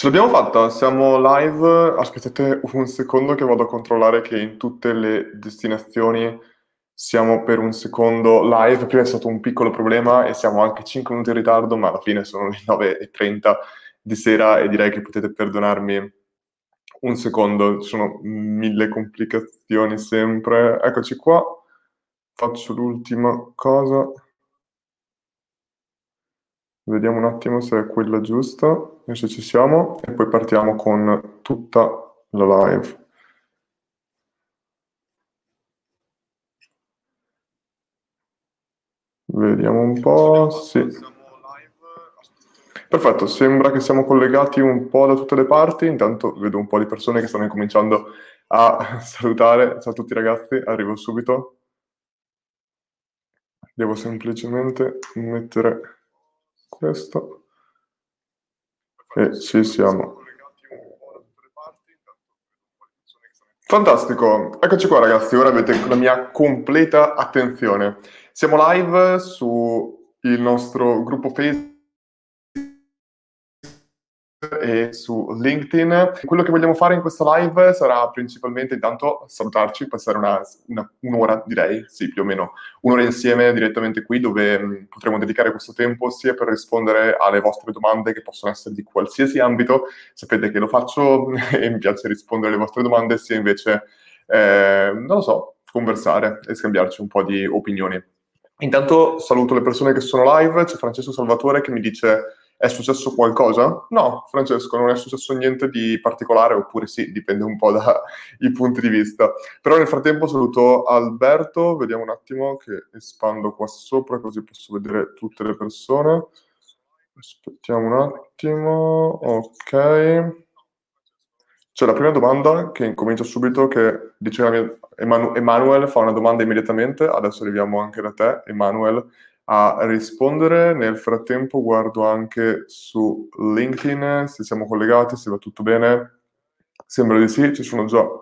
Ce l'abbiamo fatta, siamo live. Aspettate un secondo che vado a controllare che in tutte le destinazioni siamo per un secondo live. Prima è stato un piccolo problema e siamo anche 5 minuti in ritardo, ma alla fine sono le 9:30 di sera e direi che potete perdonarmi un secondo. Ci sono mille complicazioni sempre. Eccoci qua. Faccio l'ultima cosa. Vediamo un attimo se è quella giusta e se ci siamo e poi partiamo con tutta la live. Vediamo un po'. Sì. Perfetto, sembra che siamo collegati un po' da tutte le parti. Intanto vedo un po' di persone che stanno incominciando a salutare. Ciao a tutti ragazzi, arrivo subito. Devo semplicemente mettere questo e ci siamo. Fantastico, eccoci qua ragazzi, ora avete la mia completa attenzione. Siamo live su il nostro gruppo Facebook e su LinkedIn. Quello che vogliamo fare in questa live sarà principalmente intanto salutarci, passare un'ora, direi, sì, più o meno un'ora insieme direttamente qui dove potremo dedicare questo tempo sia per rispondere alle vostre domande che possono essere di qualsiasi ambito. Sapete che lo faccio e mi piace rispondere alle vostre domande, sia invece, non lo so, conversare e scambiarci un po' di opinioni. Intanto saluto le persone che sono live, c'è Francesco Salvatore che mi dice: è successo qualcosa? No, Francesco, non è successo niente di particolare, oppure sì, dipende un po' dai punti di vista. Però nel frattempo saluto Alberto, vediamo un attimo che espando qua sopra così posso vedere tutte le persone. Aspettiamo un attimo, ok. C'è la prima domanda che incomincio subito, che diceva Emanuele fa una domanda immediatamente, adesso arriviamo anche da te, Emanuele, a rispondere. Nel frattempo guardo anche su LinkedIn se siamo collegati, se va tutto bene. Sembra di sì, ci sono già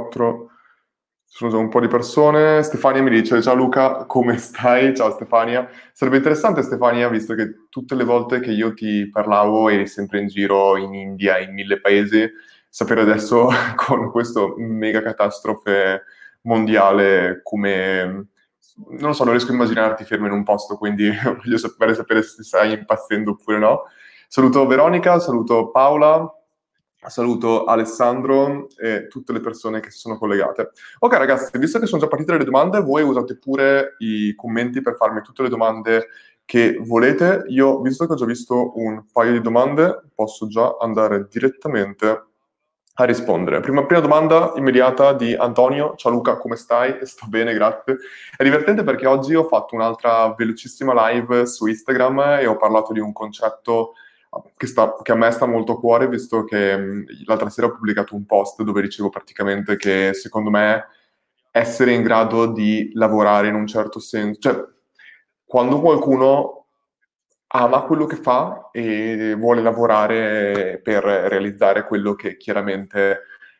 un po' di persone. Stefania mi dice: ciao Luca, come stai? Ciao Stefania. Sarebbe interessante, Stefania, visto che tutte le volte che io ti parlavo eri sempre in giro in India, in 1000 paesi, sapere adesso con questo mega catastrofe mondiale come... Non lo so, non riesco a immaginarti fermo in un posto, quindi voglio sapere se stai impazzendo oppure no. Saluto Veronica, saluto Paola, saluto Alessandro e tutte le persone che si sono collegate. Ok ragazzi, visto che sono già partite le domande, voi usate pure i commenti per farmi tutte le domande che volete. Io, visto che ho già visto un paio di domande, posso già andare direttamente a rispondere. Prima domanda immediata di Antonio. Ciao Luca, come stai? Sto bene, grazie. È divertente perché oggi ho fatto un'altra velocissima live su Instagram e ho parlato di un concetto che a me sta molto a cuore, visto che l'altra sera ho pubblicato un post dove dicevo praticamente che secondo me essere in grado di lavorare in un certo senso, cioè quando qualcuno ama quello che fa e vuole lavorare per realizzare quello che chiaramente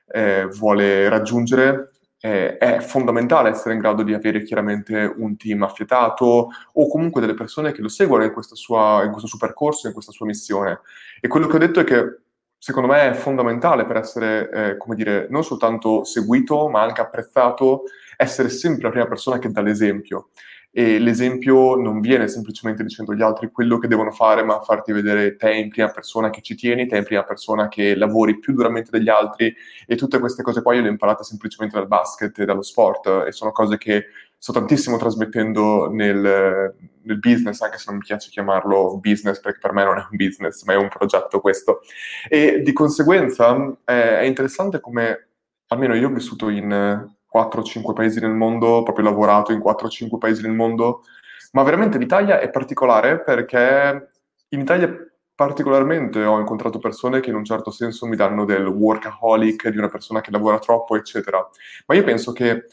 vuole raggiungere, è fondamentale essere in grado di avere chiaramente un team affiatato o comunque delle persone che lo seguono in questo suo percorso, in questa sua missione. E quello che ho detto è che secondo me è fondamentale per essere, come dire, non soltanto seguito, ma anche apprezzato, essere sempre la prima persona che dà l'esempio. E l'esempio non viene semplicemente dicendo agli altri quello che devono fare, ma farti vedere te in prima persona che ci tieni, te in prima persona che lavori più duramente degli altri, e tutte queste cose qua io le ho imparate semplicemente dal basket e dallo sport, e sono cose che sto tantissimo trasmettendo nel business, anche se non mi piace chiamarlo business, perché per me non è un business, ma è un progetto questo. E di conseguenza è interessante come, almeno io ho vissuto in 4-5 paesi nel mondo, proprio lavorato in 4-5 paesi nel mondo, ma veramente l'Italia è particolare perché in Italia particolarmente ho incontrato persone che in un certo senso mi danno del workaholic, di una persona che lavora troppo, eccetera. Ma io penso che,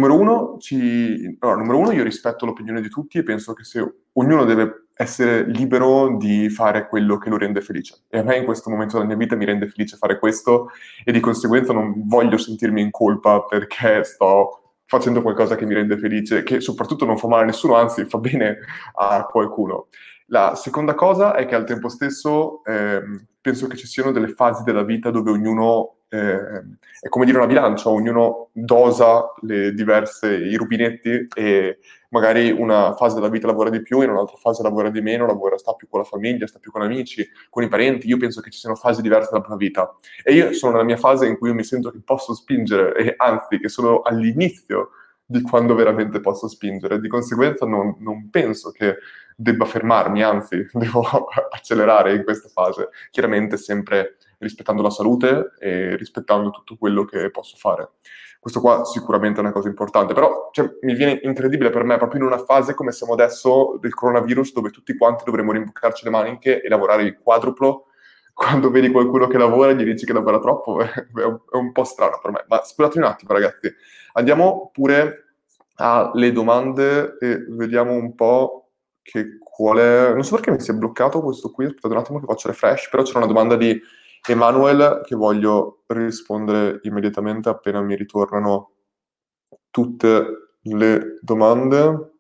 numero uno, io rispetto l'opinione di tutti e penso che se ognuno deve essere libero di fare quello che lo rende felice. E a me in questo momento della mia vita mi rende felice fare questo e di conseguenza non voglio sentirmi in colpa perché sto facendo qualcosa che mi rende felice, che soprattutto non fa male a nessuno, anzi fa bene a qualcuno. La seconda cosa è che al tempo stesso penso che ci siano delle fasi della vita dove ognuno è come dire una bilancia, ognuno dosa i rubinetti e magari una fase della vita lavora di più, in un'altra fase lavora di meno, sta più con la famiglia, sta più con amici, con i parenti. Io penso che ci siano fasi diverse della propria vita e io sono nella mia fase in cui io mi sento che posso spingere e anzi che sono all'inizio di quando veramente posso spingere. Di conseguenza non penso che debba fermarmi, anzi devo accelerare in questa fase, chiaramente sempre rispettando la salute e rispettando tutto quello che posso fare. Questo qua sicuramente è una cosa importante, però cioè, mi viene incredibile per me, proprio in una fase come siamo adesso del coronavirus, dove tutti quanti dovremmo rimboccarci le maniche e lavorare il quadruplo. Quando vedi qualcuno che lavora e gli dici che lavora troppo, è un po' strano per me. Ma scusate un attimo, ragazzi, andiamo pure alle domande e vediamo un po' qual è. Non so perché mi si è bloccato questo qui, aspettate un attimo che faccio refresh, però c'era una domanda di Emanuel che voglio rispondere immediatamente appena mi ritornano tutte le domande.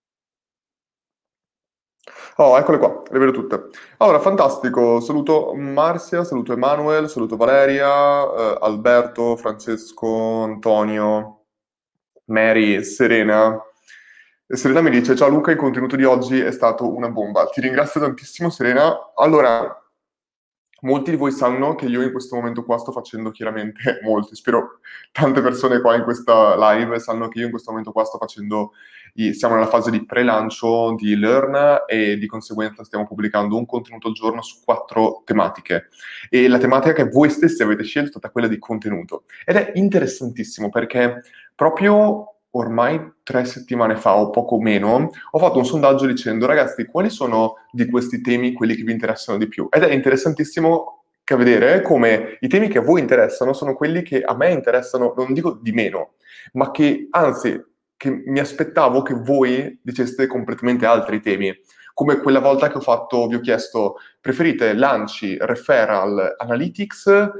Oh, eccole qua, le vedo tutte. Allora, fantastico. Saluto Marzia, saluto Emanuel, saluto Valeria, Alberto, Francesco, Antonio, Mary, Serena. E Serena mi dice: Ciao Luca, il contenuto di oggi è stato una bomba. Ti ringrazio tantissimo, Serena. Allora, molti di voi sanno che io in questo momento qua sto facendo chiaramente, molti, spero tante persone qua in questa live sanno che io in questo momento qua sto facendo, siamo nella fase di pre-lancio di Learn e di conseguenza stiamo pubblicando un contenuto al giorno su 4 tematiche. E la tematica che voi stessi avete scelto è stata quella di contenuto. Ed è interessantissimo perché proprio ormai 3 settimane fa o poco meno ho fatto un sondaggio dicendo ragazzi quali sono di questi temi quelli che vi interessano di più ed è interessantissimo che vedere come i temi che a voi interessano sono quelli che a me interessano, non dico di meno, ma che anzi che mi aspettavo che voi diceste completamente altri temi. Come quella volta che vi ho chiesto preferite lanci, referral, analytics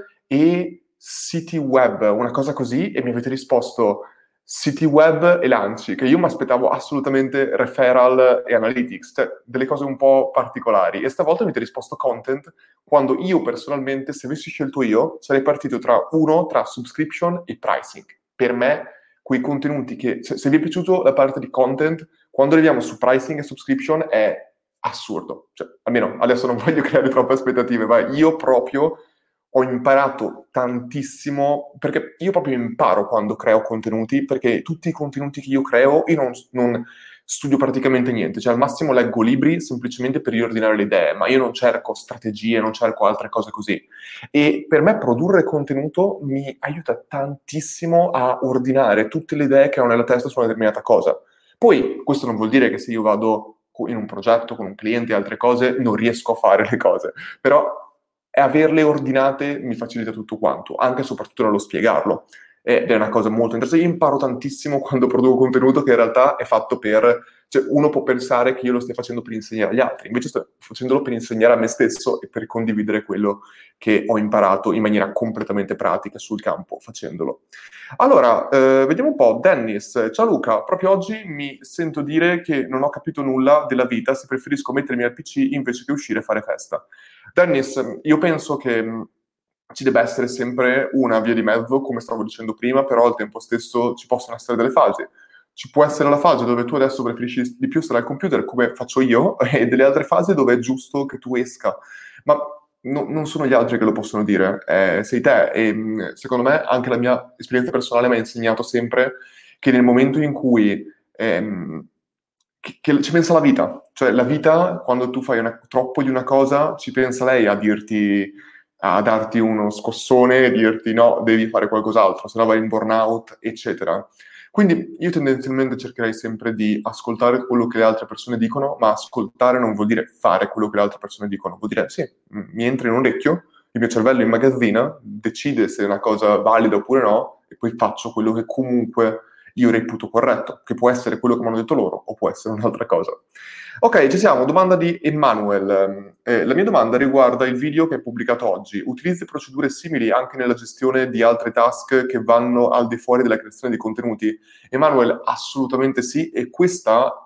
e siti web, una cosa così, e mi avete risposto siti web e lanci, che io mi aspettavo assolutamente referral e analytics, cioè delle cose un po' particolari. E stavolta mi avete risposto content, quando io personalmente, se avessi scelto io, sarei partito tra subscription e pricing. Per me, quei contenuti che, se vi è piaciuto la parte di content, quando arriviamo su pricing e subscription è assurdo. Cioè, almeno adesso non voglio creare troppe aspettative, ma io proprio ho imparato tantissimo, perché io proprio imparo quando creo contenuti, perché tutti i contenuti che io creo, io non studio praticamente niente, cioè al massimo leggo libri semplicemente per riordinare le idee, ma io non cerco strategie, non cerco altre cose così. E per me produrre contenuto mi aiuta tantissimo a ordinare tutte le idee che ho nella testa su una determinata cosa. Poi questo non vuol dire che se io vado in un progetto con un cliente e altre cose non riesco a fare le cose, però averle ordinate mi facilita tutto quanto, anche e soprattutto nello spiegarlo. Ed è una cosa molto interessante. Io imparo tantissimo quando produco contenuto che in realtà è fatto per. Cioè, uno può pensare che io lo stia facendo per insegnare agli altri, invece sto facendolo per insegnare a me stesso e per condividere quello che ho imparato in maniera completamente pratica sul campo facendolo. Allora, vediamo un po'. Dennis, ciao Luca, proprio oggi mi sento dire che non ho capito nulla della vita se preferisco mettermi al PC invece che uscire e fare festa. Dennis, io penso che ci debba essere sempre una via di mezzo, come stavo dicendo prima, però al tempo stesso ci possono essere delle fasi. Ci può essere la fase dove tu adesso preferisci di più stare al computer, come faccio io, e delle altre fasi dove è giusto che tu esca. Ma non sono gli altri che lo possono dire, sei te. E secondo me anche la mia esperienza personale mi ha insegnato sempre che nel momento in cui che ci pensa la vita, cioè la vita quando tu fai troppo di una cosa ci pensa lei a darti uno scossone e dirti no, devi fare qualcos'altro, se no vai in burnout, eccetera. Quindi io tendenzialmente cercherei sempre di ascoltare quello che le altre persone dicono, ma ascoltare non vuol dire fare quello che le altre persone dicono, vuol dire sì, mi entra in un orecchio, il mio cervello immagazzina, decide se è una cosa valida oppure no, e poi faccio quello che comunque io reputo corretto, che può essere quello che mi hanno detto loro o può essere un'altra cosa. Ok, ci siamo. Domanda di Emanuel. La mia domanda riguarda il video che hai pubblicato oggi. Utilizzi procedure simili anche nella gestione di altre task che vanno al di fuori della creazione di contenuti? Emanuel, assolutamente sì, e questa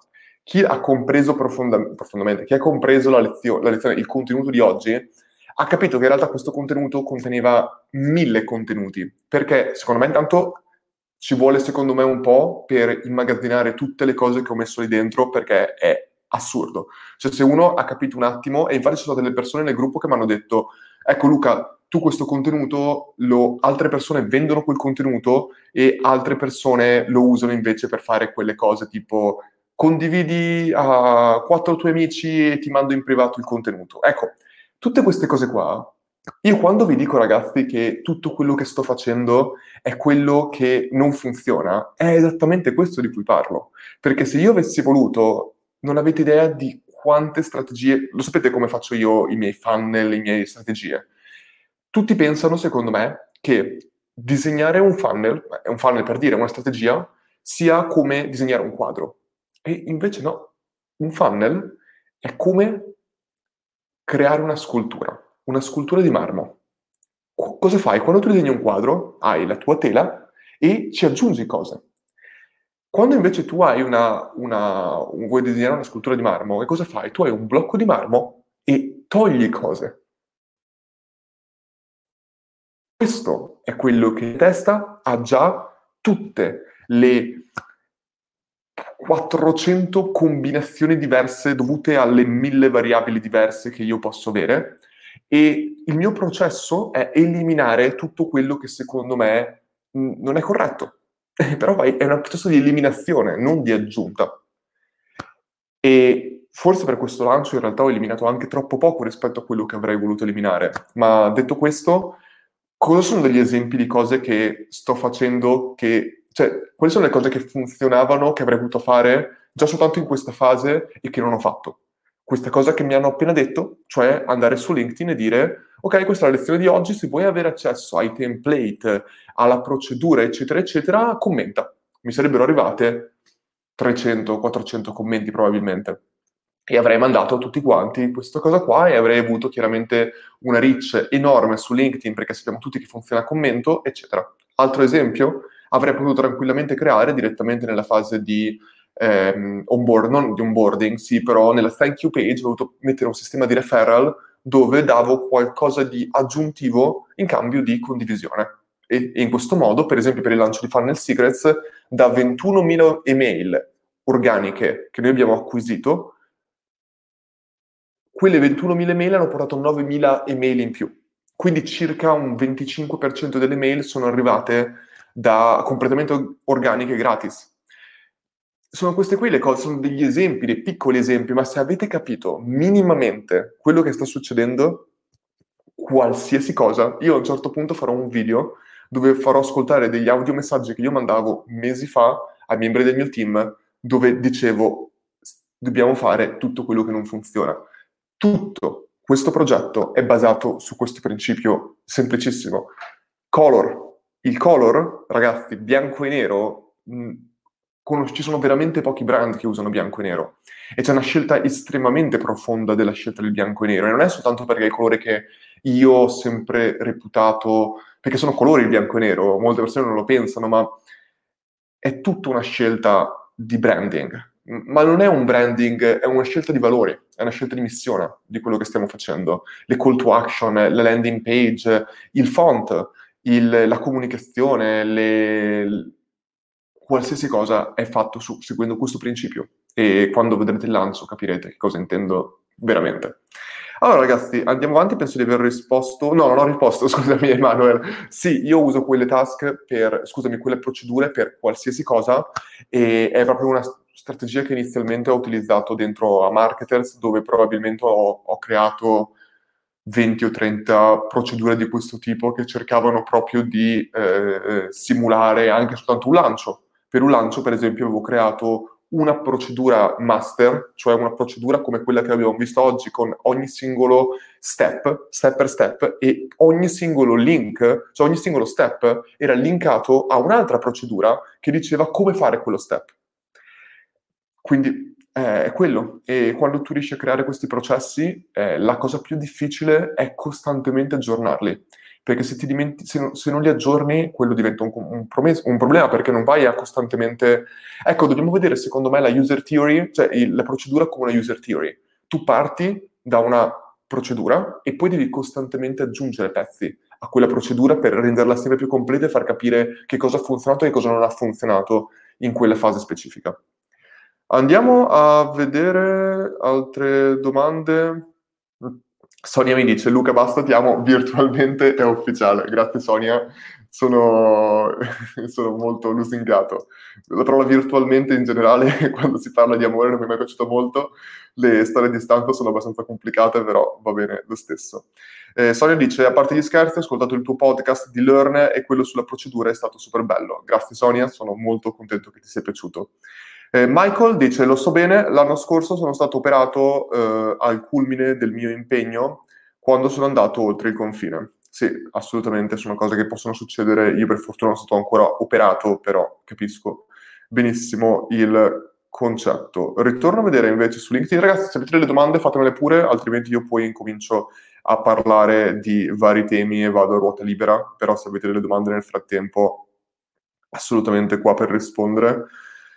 chi ha compreso profondamente, chi ha compreso la lezione, il contenuto di oggi, ha capito che in realtà questo contenuto conteneva 1000 contenuti, perché secondo me intanto ci vuole secondo me un po' per immagazzinare tutte le cose che ho messo lì dentro, perché è assurdo. Cioè se uno ha capito un attimo, e infatti ci sono delle persone nel gruppo che mi hanno detto, ecco Luca, tu questo contenuto, altre persone vendono quel contenuto e altre persone lo usano invece per fare quelle cose tipo condividi a 4 tuoi amici e ti mando in privato il contenuto. Ecco, tutte queste cose qua, io quando vi dico ragazzi che tutto quello che sto facendo è quello che non funziona, è esattamente questo di cui parlo. Perché se io avessi voluto, non avete idea di quante strategie, lo sapete come faccio io i miei funnel, le mie strategie. Tutti pensano, secondo me, che disegnare un funnel, è un funnel per dire una strategia, sia come disegnare un quadro. E invece no, un funnel è come creare una scultura di marmo. Cosa fai? Quando tu disegni un quadro, hai la tua tela e ci aggiungi cose. Quando invece tu hai vuoi disegnare una scultura di marmo, e cosa fai? Tu hai un blocco di marmo e togli cose. Questo è quello che in testa ha già tutte le 400 combinazioni diverse dovute alle 1000 variabili diverse che io posso avere, e il mio processo è eliminare tutto quello che secondo me non è corretto. Però è un processo di eliminazione, non di aggiunta. E forse per questo lancio in realtà ho eliminato anche troppo poco rispetto a quello che avrei voluto eliminare. Ma detto questo, cosa sono degli esempi di cose che sto facendo cioè, quali sono le cose che funzionavano, che avrei voluto fare già soltanto in questa fase e che non ho fatto? Questa cosa che mi hanno appena detto, cioè andare su LinkedIn e dire, ok, questa è la lezione di oggi, se vuoi avere accesso ai template, alla procedura, eccetera, eccetera, commenta. Mi sarebbero arrivate 300-400 commenti probabilmente. E avrei mandato a tutti quanti questa cosa qua e avrei avuto chiaramente una reach enorme su LinkedIn perché sappiamo tutti che funziona a commento, eccetera. Altro esempio, avrei potuto tranquillamente creare direttamente nella fase di non di onboarding, sì, però nella thank you page ho voluto mettere un sistema di referral dove davo qualcosa di aggiuntivo in cambio di condivisione. E in questo modo, per esempio per il lancio di Funnel Secrets, da 21.000 email organiche che noi abbiamo acquisito, quelle 21.000 email hanno portato 9.000 email in più. Quindi circa un 25% delle mail sono arrivate da completamente organiche e gratis. Sono queste qui le cose, sono degli esempi, dei piccoli esempi, ma se avete capito minimamente quello che sta succedendo, qualsiasi cosa, io a un certo punto farò un video dove farò ascoltare degli audiomessaggi che io mandavo mesi fa ai membri del mio team, dove dicevo dobbiamo fare tutto quello che non funziona. Tutto questo progetto è basato su questo principio semplicissimo. Color. Il color, ragazzi, bianco e nero, ci sono veramente pochi brand che usano bianco e nero. E c'è una scelta estremamente profonda della scelta del bianco e nero. E non è soltanto perché è il colore che io ho sempre reputato, perché sono colori il bianco e nero, molte persone non lo pensano, ma è tutta una scelta di branding. Ma non è un branding, è una scelta di valori, è una scelta di missione di quello che stiamo facendo. Le call to action, la landing page, il font, la comunicazione, qualsiasi cosa è fatto seguendo questo principio. E quando vedrete il lancio capirete che cosa intendo veramente. Allora ragazzi, andiamo avanti, penso di aver risposto. No, non ho risposto, scusami Emanuel. Sì, io uso quelle quelle procedure per qualsiasi cosa, e è proprio una strategia che inizialmente ho utilizzato dentro a Marketers, dove probabilmente ho creato 20 o 30 procedure di questo tipo che cercavano proprio di simulare anche soltanto un lancio. Per un lancio, per esempio, avevo creato una procedura master, cioè una procedura come quella che abbiamo visto oggi, con ogni singolo step per step, e ogni singolo link, cioè ogni singolo step era linkato a un'altra procedura che diceva come fare quello step. Quindi è quello. E quando tu riesci a creare questi processi, la cosa più difficile è costantemente aggiornarli. perché se ti se non li aggiorni, quello diventa un problema, perché non vai a costantemente... Ecco, dobbiamo vedere, secondo me, la user theory, cioè la procedura come una user theory. Tu parti da una procedura e poi devi costantemente aggiungere pezzi a quella procedura per renderla sempre più completa e far capire che cosa ha funzionato e che cosa non ha funzionato in quella fase specifica. Andiamo a vedere altre domande. Sonia mi dice: Luca, basta, ti amo virtualmente, è ufficiale. Grazie, Sonia. Sono, sono molto lusingato. La parola virtualmente in generale, quando si parla di amore, non mi è mai piaciuto molto. Le storie di distanza sono abbastanza complicate, però va bene lo stesso. Sonia dice: a parte gli scherzi, ho ascoltato il tuo podcast di Learn e quello sulla procedura è stato super bello. Grazie, Sonia, sono molto contento che ti sia piaciuto. Michael dice: lo so bene, l'anno scorso sono stato operato al culmine del mio impegno quando sono andato oltre il confine. Sì, assolutamente, sono cose che possono succedere. Io per fortuna non sono stato ancora operato, però capisco benissimo il concetto. Ritorno a vedere invece su LinkedIn. Ragazzi, se avete delle domande fatemele pure, altrimenti io poi incomincio a parlare di vari temi e vado a ruota libera, però se avete delle domande nel frattempo, assolutamente qua per rispondere.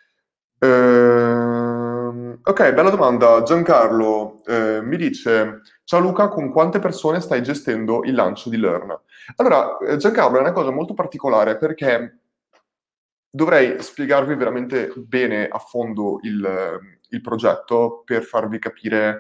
Ok, bella domanda. Giancarlo mi dice: ciao Luca, con quante persone stai gestendo il lancio di Learn? Allora, Giancarlo, è una cosa molto particolare perché dovrei spiegarvi veramente bene a fondo il progetto per farvi capire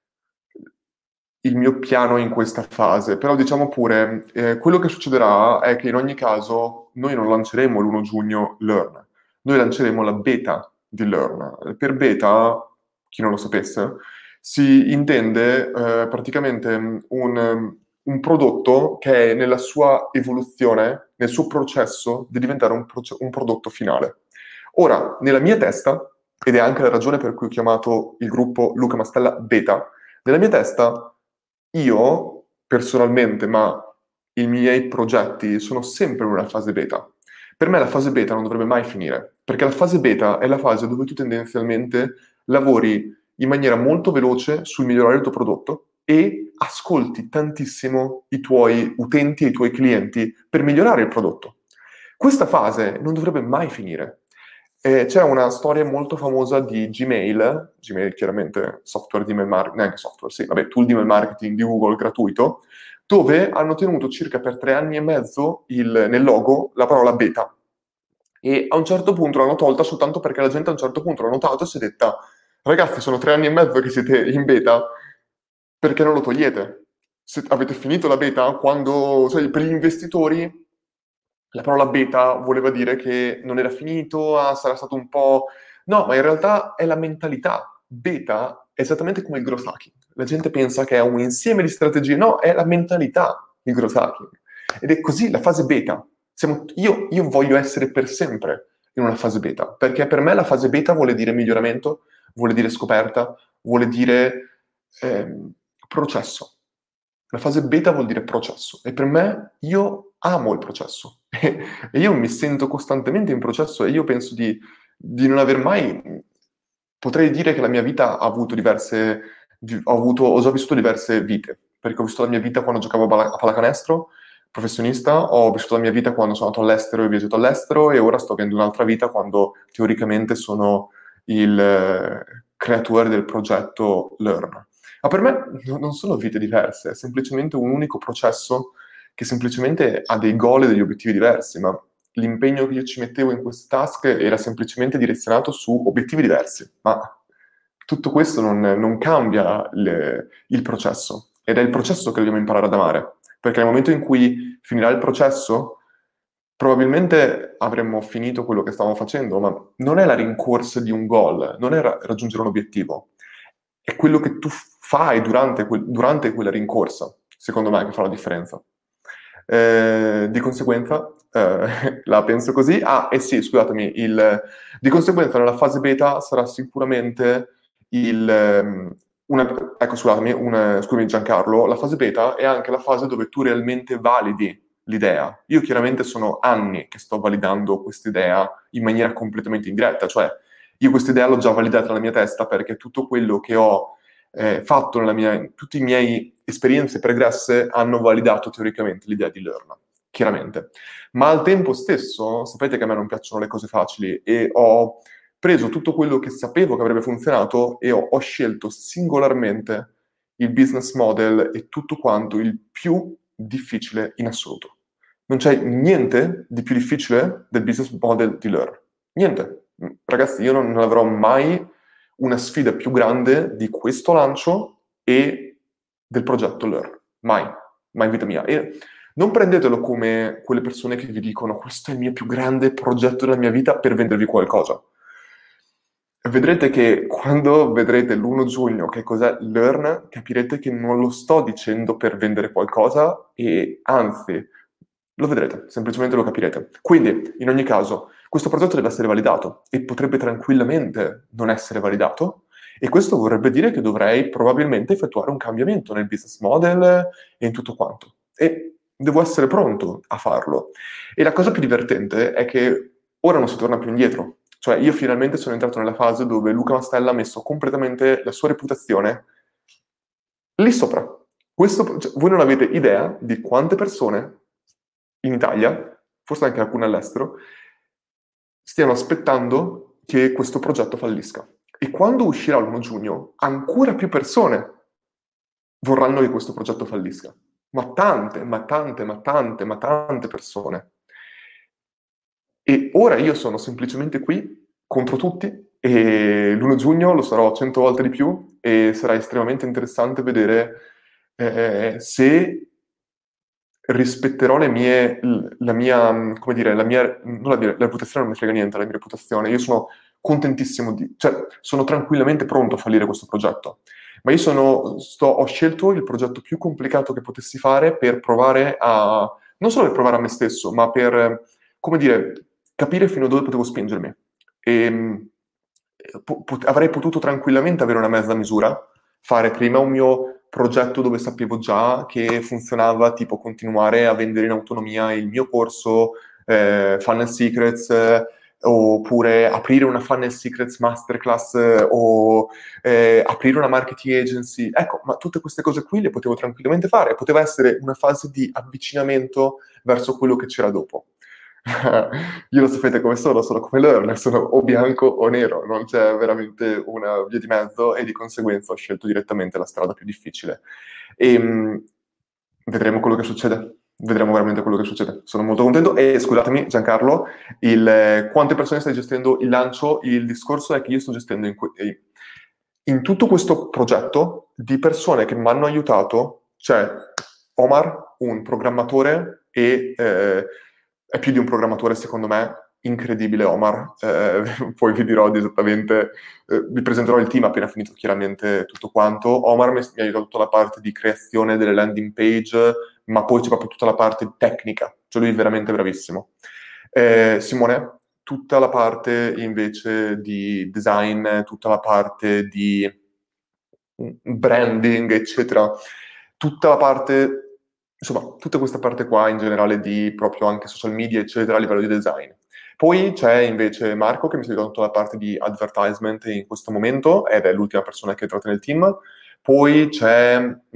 il mio piano in questa fase, però diciamo pure, quello che succederà è che in ogni caso noi non lanceremo l'1 giugno Learn, noi lanceremo la beta di Learn. Per beta, chi non lo sapesse, si intende praticamente un prodotto che è nella sua evoluzione, nel suo processo di diventare un prodotto finale. Ora, nella mia testa, ed è anche la ragione per cui ho chiamato il gruppo Luca Mastella Beta, nella mia testa io personalmente, ma i miei progetti sono sempre in una fase beta. Per me la fase beta non dovrebbe mai finire, perché la fase beta è la fase dove tu tendenzialmente lavori in maniera molto veloce sul migliorare il tuo prodotto e ascolti tantissimo i tuoi utenti e i tuoi clienti per migliorare il prodotto. Questa fase non dovrebbe mai finire. C'è una storia molto famosa di Gmail, Gmail chiaramente software di email marketing, neanche software, sì, vabbè, tool di email marketing di Google gratuito, dove hanno tenuto circa per 3 anni e mezzo nel logo la parola beta. E a un certo punto l'hanno tolta soltanto perché la gente a un certo punto l'ha notato e si è detta: ragazzi, sono 3 anni e mezzo che siete in beta, perché non lo togliete? Se avete finito la beta, quando, cioè, per gli investitori la parola beta voleva dire che non era finito, sarà stato un po'... No, ma in realtà è la mentalità. Beta è esattamente come il growth hacking. La gente pensa che è un insieme di strategie. No, è la mentalità il growth hacking. Ed è così, la fase beta. Io voglio essere per sempre in una fase beta, perché per me la fase beta vuole dire miglioramento, vuole dire scoperta, vuole dire processo. La fase beta vuol dire processo e per me io amo il processo e io mi sento costantemente in processo e io penso di non aver mai... Potrei dire che la mia vita ha avuto ho già vissuto diverse vite, perché ho vissuto la mia vita quando giocavo a pallacanestro, professionista, ho vissuto la mia vita quando sono andato all'estero e ho viaggiato all'estero e ora sto vivendo un'altra vita quando teoricamente sono il creatore del progetto Learn. Ma per me non sono vite diverse, è semplicemente un unico processo che semplicemente ha dei goal e degli obiettivi diversi, ma l'impegno che io ci mettevo in queste task era semplicemente direzionato su obiettivi diversi, ma tutto questo non cambia il processo, ed è il processo che dobbiamo imparare ad amare, perché nel momento in cui finirà il processo, probabilmente avremmo finito quello che stavamo facendo, ma non è la rincorsa di un goal, non è raggiungere un obiettivo, è quello che tu fai durante quella rincorsa, secondo me, che fa la differenza. Di conseguenza, la penso così. Ah, e sì, scusatemi, di conseguenza nella fase beta sarà sicuramente ecco, scusami Giancarlo, la fase beta è anche la fase dove tu realmente validi l'idea. Io chiaramente sono anni che sto validando quest'idea in maniera completamente indiretta, cioè io questa idea l'ho già validata nella mia testa perché tutto quello che ho fatto tutte le mie esperienze pregresse hanno validato teoricamente l'idea di Learn, chiaramente. Ma al tempo stesso, sapete che a me non piacciono le cose facili e ho preso tutto quello che sapevo che avrebbe funzionato e ho scelto singolarmente il business model e tutto quanto il più difficile in assoluto. Non c'è niente di più difficile del business model di Learn. Niente. Ragazzi, io non avrò mai una sfida più grande di questo lancio e del progetto Learn. Mai. Mai in vita mia. E non prendetelo come quelle persone che vi dicono questo è il mio più grande progetto della mia vita per vendervi qualcosa. Vedrete che quando vedrete l'1 giugno che cos'è Learn, capirete che non lo sto dicendo per vendere qualcosa e anzi, lo vedrete, semplicemente lo capirete. Quindi, in ogni caso, questo progetto deve essere validato e potrebbe tranquillamente non essere validato e questo vorrebbe dire che dovrei probabilmente effettuare un cambiamento nel business model e in tutto quanto. E devo essere pronto a farlo. E la cosa più divertente è che ora non si torna più indietro. Cioè, io finalmente sono entrato nella fase dove Luca Mastella ha messo completamente la sua reputazione lì sopra. Cioè, voi non avete idea di quante persone in Italia, forse anche alcune all'estero, stiano aspettando che questo progetto fallisca. E quando uscirà l'1 giugno, ancora più persone vorranno che questo progetto fallisca. Ma tante, ma tante, ma tante, ma tante persone. E ora io sono semplicemente qui contro tutti e l'1 giugno lo sarò 100 volte di più e sarà estremamente interessante vedere se rispetterò la mia, come dire, non la reputazione non mi frega niente, la mia reputazione. Io sono contentissimo cioè, sono tranquillamente pronto a fallire questo progetto. Ma io ho scelto il progetto più complicato che potessi fare per provare non solo per provare a me stesso, ma per, come dire, capire fino a dove potevo spingermi. E avrei potuto tranquillamente avere una mezza misura, fare prima un mio progetto dove sapevo già che funzionava, tipo continuare a vendere in autonomia il mio corso, Funnel Secrets, oppure aprire una Funnel Secrets Masterclass o aprire una marketing agency. Ecco, ma tutte queste cose qui le potevo tranquillamente fare. Poteva essere una fase di avvicinamento verso quello che c'era dopo. Io lo sapete come sono come learner, sono o bianco o nero, non c'è veramente una via di mezzo e di conseguenza ho scelto direttamente la strada più difficile. E vedremo quello che succede, vedremo veramente quello che succede. Sono molto contento e scusatemi Giancarlo, quante persone stai gestendo il lancio? Il discorso è che io sto gestendo in tutto questo progetto di persone che mi hanno aiutato, c'è Omar, un programmatore e è più di un programmatore secondo me, incredibile Omar, poi vi dirò esattamente, vi presenterò il team appena finito chiaramente tutto quanto. Omar mi ha aiutato tutta la parte di creazione delle landing page, ma poi c'è proprio tutta la parte tecnica, cioè lui è veramente bravissimo. Simone, tutta la parte invece di design, tutta la parte di branding, eccetera, tutta la parte, insomma, tutta questa parte qua in generale di proprio anche social media, eccetera, a livello di design. Poi c'è invece Marco che mi sta aiutando tutta la parte di advertisement in questo momento ed è l'ultima persona che è entrata nel team. Poi c'è,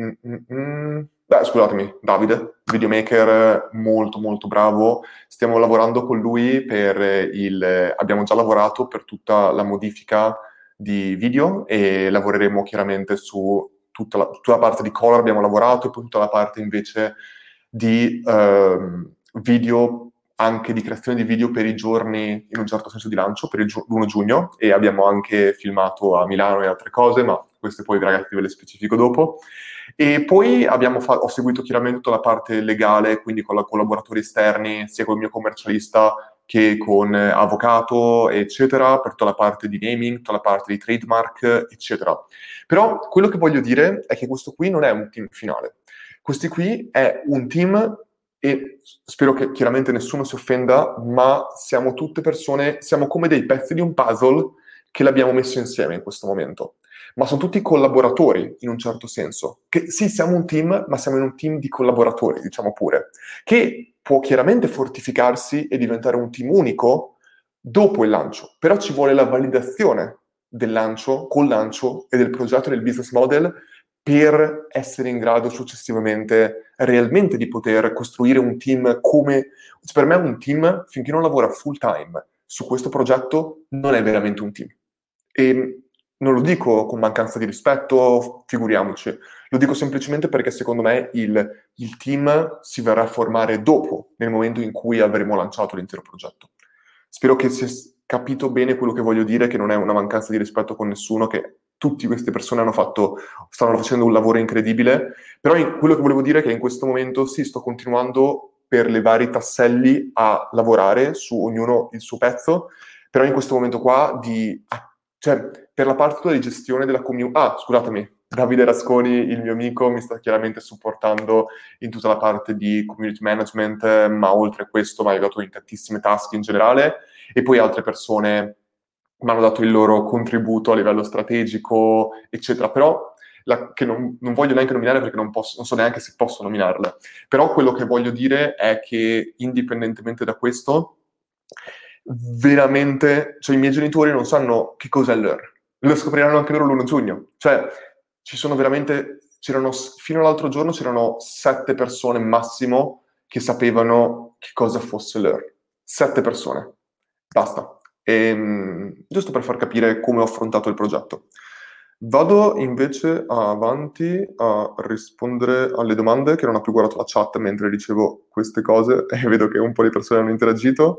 scusatemi, Davide, videomaker molto molto bravo. Stiamo lavorando con lui abbiamo già lavorato per tutta la modifica di video e lavoreremo chiaramente su tutta la parte di color abbiamo lavorato e poi tutta la parte invece di video, anche di creazione di video per i giorni, in un certo senso di lancio, per l'1 giugno e abbiamo anche filmato a Milano e altre cose, ma queste poi ragazzi ve le specifico dopo. E poi ho seguito chiaramente tutta la parte legale, quindi con collaboratori esterni, sia con il mio commercialista che con avvocato, eccetera, per tutta la parte di naming, tutta la parte di trademark, eccetera. Però quello che voglio dire è che questo qui non è un team finale. Questo qui è un team e spero che chiaramente nessuno si offenda, ma siamo tutte persone, siamo come dei pezzi di un puzzle che l'abbiamo messo insieme in questo momento. Ma sono tutti collaboratori in un certo senso. Che sì, siamo un team, ma siamo in un team di collaboratori, diciamo pure, che può chiaramente fortificarsi e diventare un team unico dopo il lancio, però ci vuole la validazione del lancio, col lancio e del progetto del business model per essere in grado successivamente realmente di poter costruire un team come... Per me un team, finché non lavora full time su questo progetto, non è veramente un team. E non lo dico con mancanza di rispetto, figuriamoci, lo dico semplicemente perché secondo me il team si verrà a formare dopo, nel momento in cui avremo lanciato l'intero progetto. Spero che sia capito bene quello che voglio dire, che non è una mancanza di rispetto con nessuno, che tutte queste persone stanno facendo un lavoro incredibile, però quello che volevo dire è che in questo momento sì, sto continuando per le vari tasselli a lavorare su ognuno il suo pezzo, però in questo momento qua cioè, per la parte di gestione della community... Ah, scusatemi, Davide Rasconi, il mio amico, mi sta chiaramente supportando in tutta la parte di community management, ma oltre a questo mi ha aiutato in tantissime task in generale, e poi altre persone mi hanno dato il loro contributo a livello strategico, eccetera. Però che non voglio neanche nominare perché non so neanche se posso nominarle. Però quello che voglio dire è che indipendentemente da questo, veramente, cioè i miei genitori non sanno che cos'è Learn. Lo scopriranno anche loro l'1 giugno. Cioè, fino all'altro giorno c'erano 7 persone massimo che sapevano che cosa fosse Learn. 7 persone. Basta. Giusto per far capire come ho affrontato il progetto. Vado invece avanti a rispondere alle domande, che non ho più guardato la chat mentre dicevo queste cose e vedo che un po' di persone hanno interagito.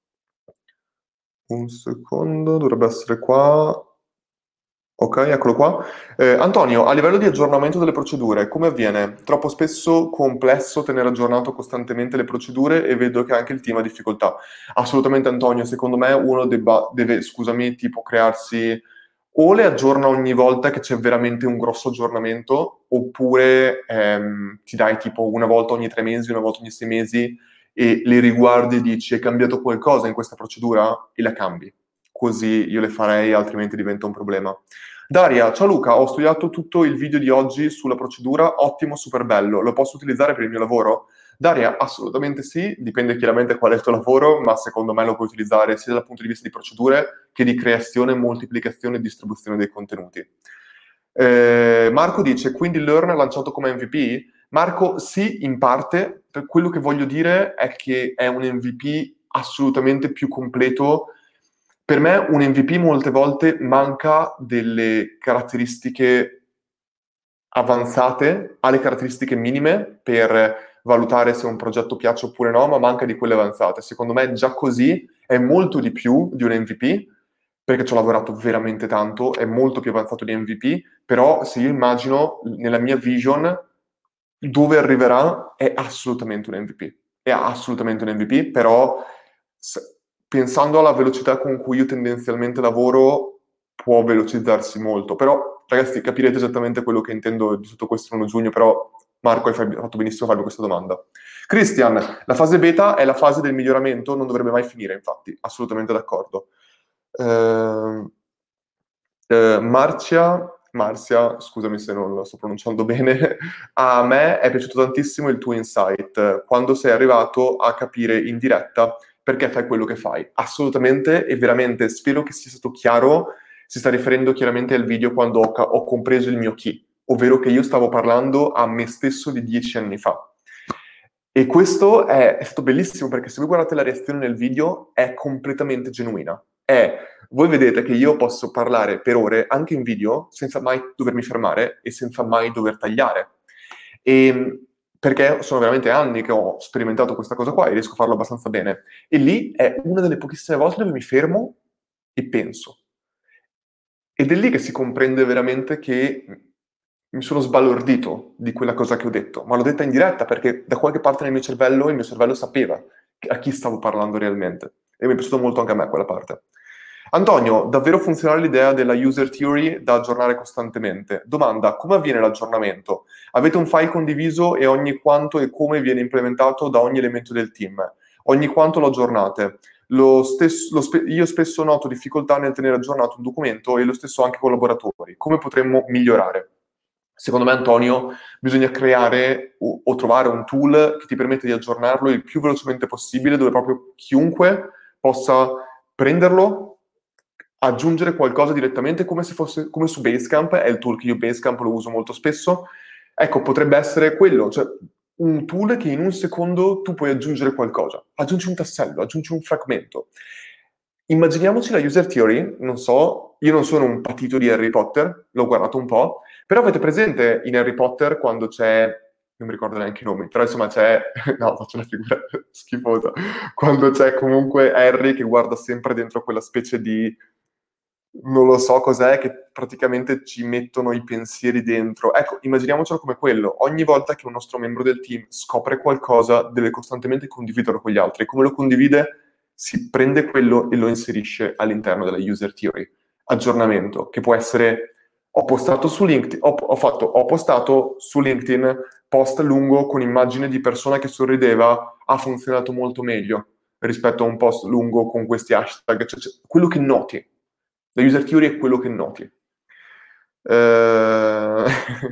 Un secondo, dovrebbe essere qua. Ok, eccolo qua. Antonio, a livello di aggiornamento delle procedure, come avviene? Troppo spesso complesso tenere aggiornato costantemente le procedure e vedo che anche il team ha difficoltà. Assolutamente Antonio, secondo me uno deve, scusami, tipo crearsi o le aggiorna ogni volta che c'è veramente un grosso aggiornamento, oppure ti dai tipo una volta ogni 3 mesi, una volta ogni 6 mesi e le riguardi e dici è cambiato qualcosa in questa procedura e la cambi. Così io le farei, altrimenti diventa un problema. Daria, ciao Luca, ho studiato tutto il video di oggi sulla procedura, ottimo, super bello, lo posso utilizzare per il mio lavoro? Daria, assolutamente sì, dipende chiaramente qual è il tuo lavoro, ma secondo me lo puoi utilizzare sia dal punto di vista di procedure che di creazione, moltiplicazione e distribuzione dei contenuti. Marco dice, quindi Learn è lanciato come MVP? Marco, sì, in parte. Per quello che voglio dire è che è un MVP assolutamente più completo. Per me un MVP molte volte manca delle caratteristiche avanzate, ha le caratteristiche minime per valutare se un progetto piace oppure no, ma manca di quelle avanzate. Secondo me già così è molto di più di un MVP, perché ci ho lavorato veramente tanto, è molto più avanzato di MVP, però se io immagino nella mia vision dove arriverà è assolutamente un MVP. È assolutamente un MVP, però pensando alla velocità con cui io tendenzialmente lavoro, può velocizzarsi molto. Però, ragazzi, capirete esattamente quello che intendo di tutto questo 1 giugno, però Marco hai fatto benissimo a farmi questa domanda. Christian, la fase beta è la fase del miglioramento, non dovrebbe mai finire, infatti, assolutamente d'accordo. Marzia, scusami se non lo sto pronunciando bene, a me è piaciuto tantissimo il tuo insight, quando sei arrivato a capire in diretta perché fai quello che fai. Assolutamente, e veramente spero che sia stato chiaro, si sta riferendo chiaramente al video quando ho compreso il mio chi, ovvero che io stavo parlando a me stesso di 10 anni fa. E questo è stato bellissimo perché se voi guardate la reazione nel video è completamente genuina. Voi vedete che io posso parlare per ore anche in video senza mai dovermi fermare e senza mai dover tagliare. Perché sono veramente anni che ho sperimentato questa cosa qua e riesco a farlo abbastanza bene. E lì è una delle pochissime volte dove mi fermo e penso. Ed è lì che si comprende veramente che mi sono sbalordito di quella cosa che ho detto, ma l'ho detta in diretta perché da qualche parte nel mio cervello il mio cervello sapeva a chi stavo parlando realmente. E mi è piaciuto molto anche a me quella parte. Antonio, davvero funzionale l'idea della user theory da aggiornare costantemente? Domanda, come avviene l'aggiornamento? Avete un file condiviso e ogni quanto e come viene implementato da ogni elemento del team? Ogni quanto lo aggiornate? Io spesso noto difficoltà nel tenere aggiornato un documento e lo stesso anche collaboratori. Come potremmo migliorare? Secondo me, Antonio, bisogna creare o trovare un tool che ti permette di aggiornarlo il più velocemente possibile, dove proprio chiunque possa prenderlo, aggiungere qualcosa direttamente come se fosse come su Basecamp, è il tool che io Basecamp lo uso molto spesso. Ecco, potrebbe essere quello, cioè un tool che in un secondo tu puoi aggiungere qualcosa. Aggiungi un tassello, aggiungi un fragmento. Immaginiamoci la user theory, non so, io non sono un patito di Harry Potter, l'ho guardato un po', però avete presente in Harry Potter quando c'è, non mi ricordo neanche i nomi, però insomma c'è, no, faccio una figura schifosa, quando c'è comunque Harry che guarda sempre dentro quella specie di, non lo so cos'è, che praticamente ci mettono i pensieri dentro. Ecco, immaginiamocelo come quello. Ogni volta che un nostro membro del team scopre qualcosa, deve costantemente condividerlo con gli altri. Come lo condivide? Si prende quello e lo inserisce all'interno della user theory. Aggiornamento, che può essere ho postato su LinkedIn, ho postato su LinkedIn post lungo con immagine di persona che sorrideva, ha funzionato molto meglio rispetto a un post lungo con questi hashtag, cioè, quello che noti. La user theory è quello che noti. Eh...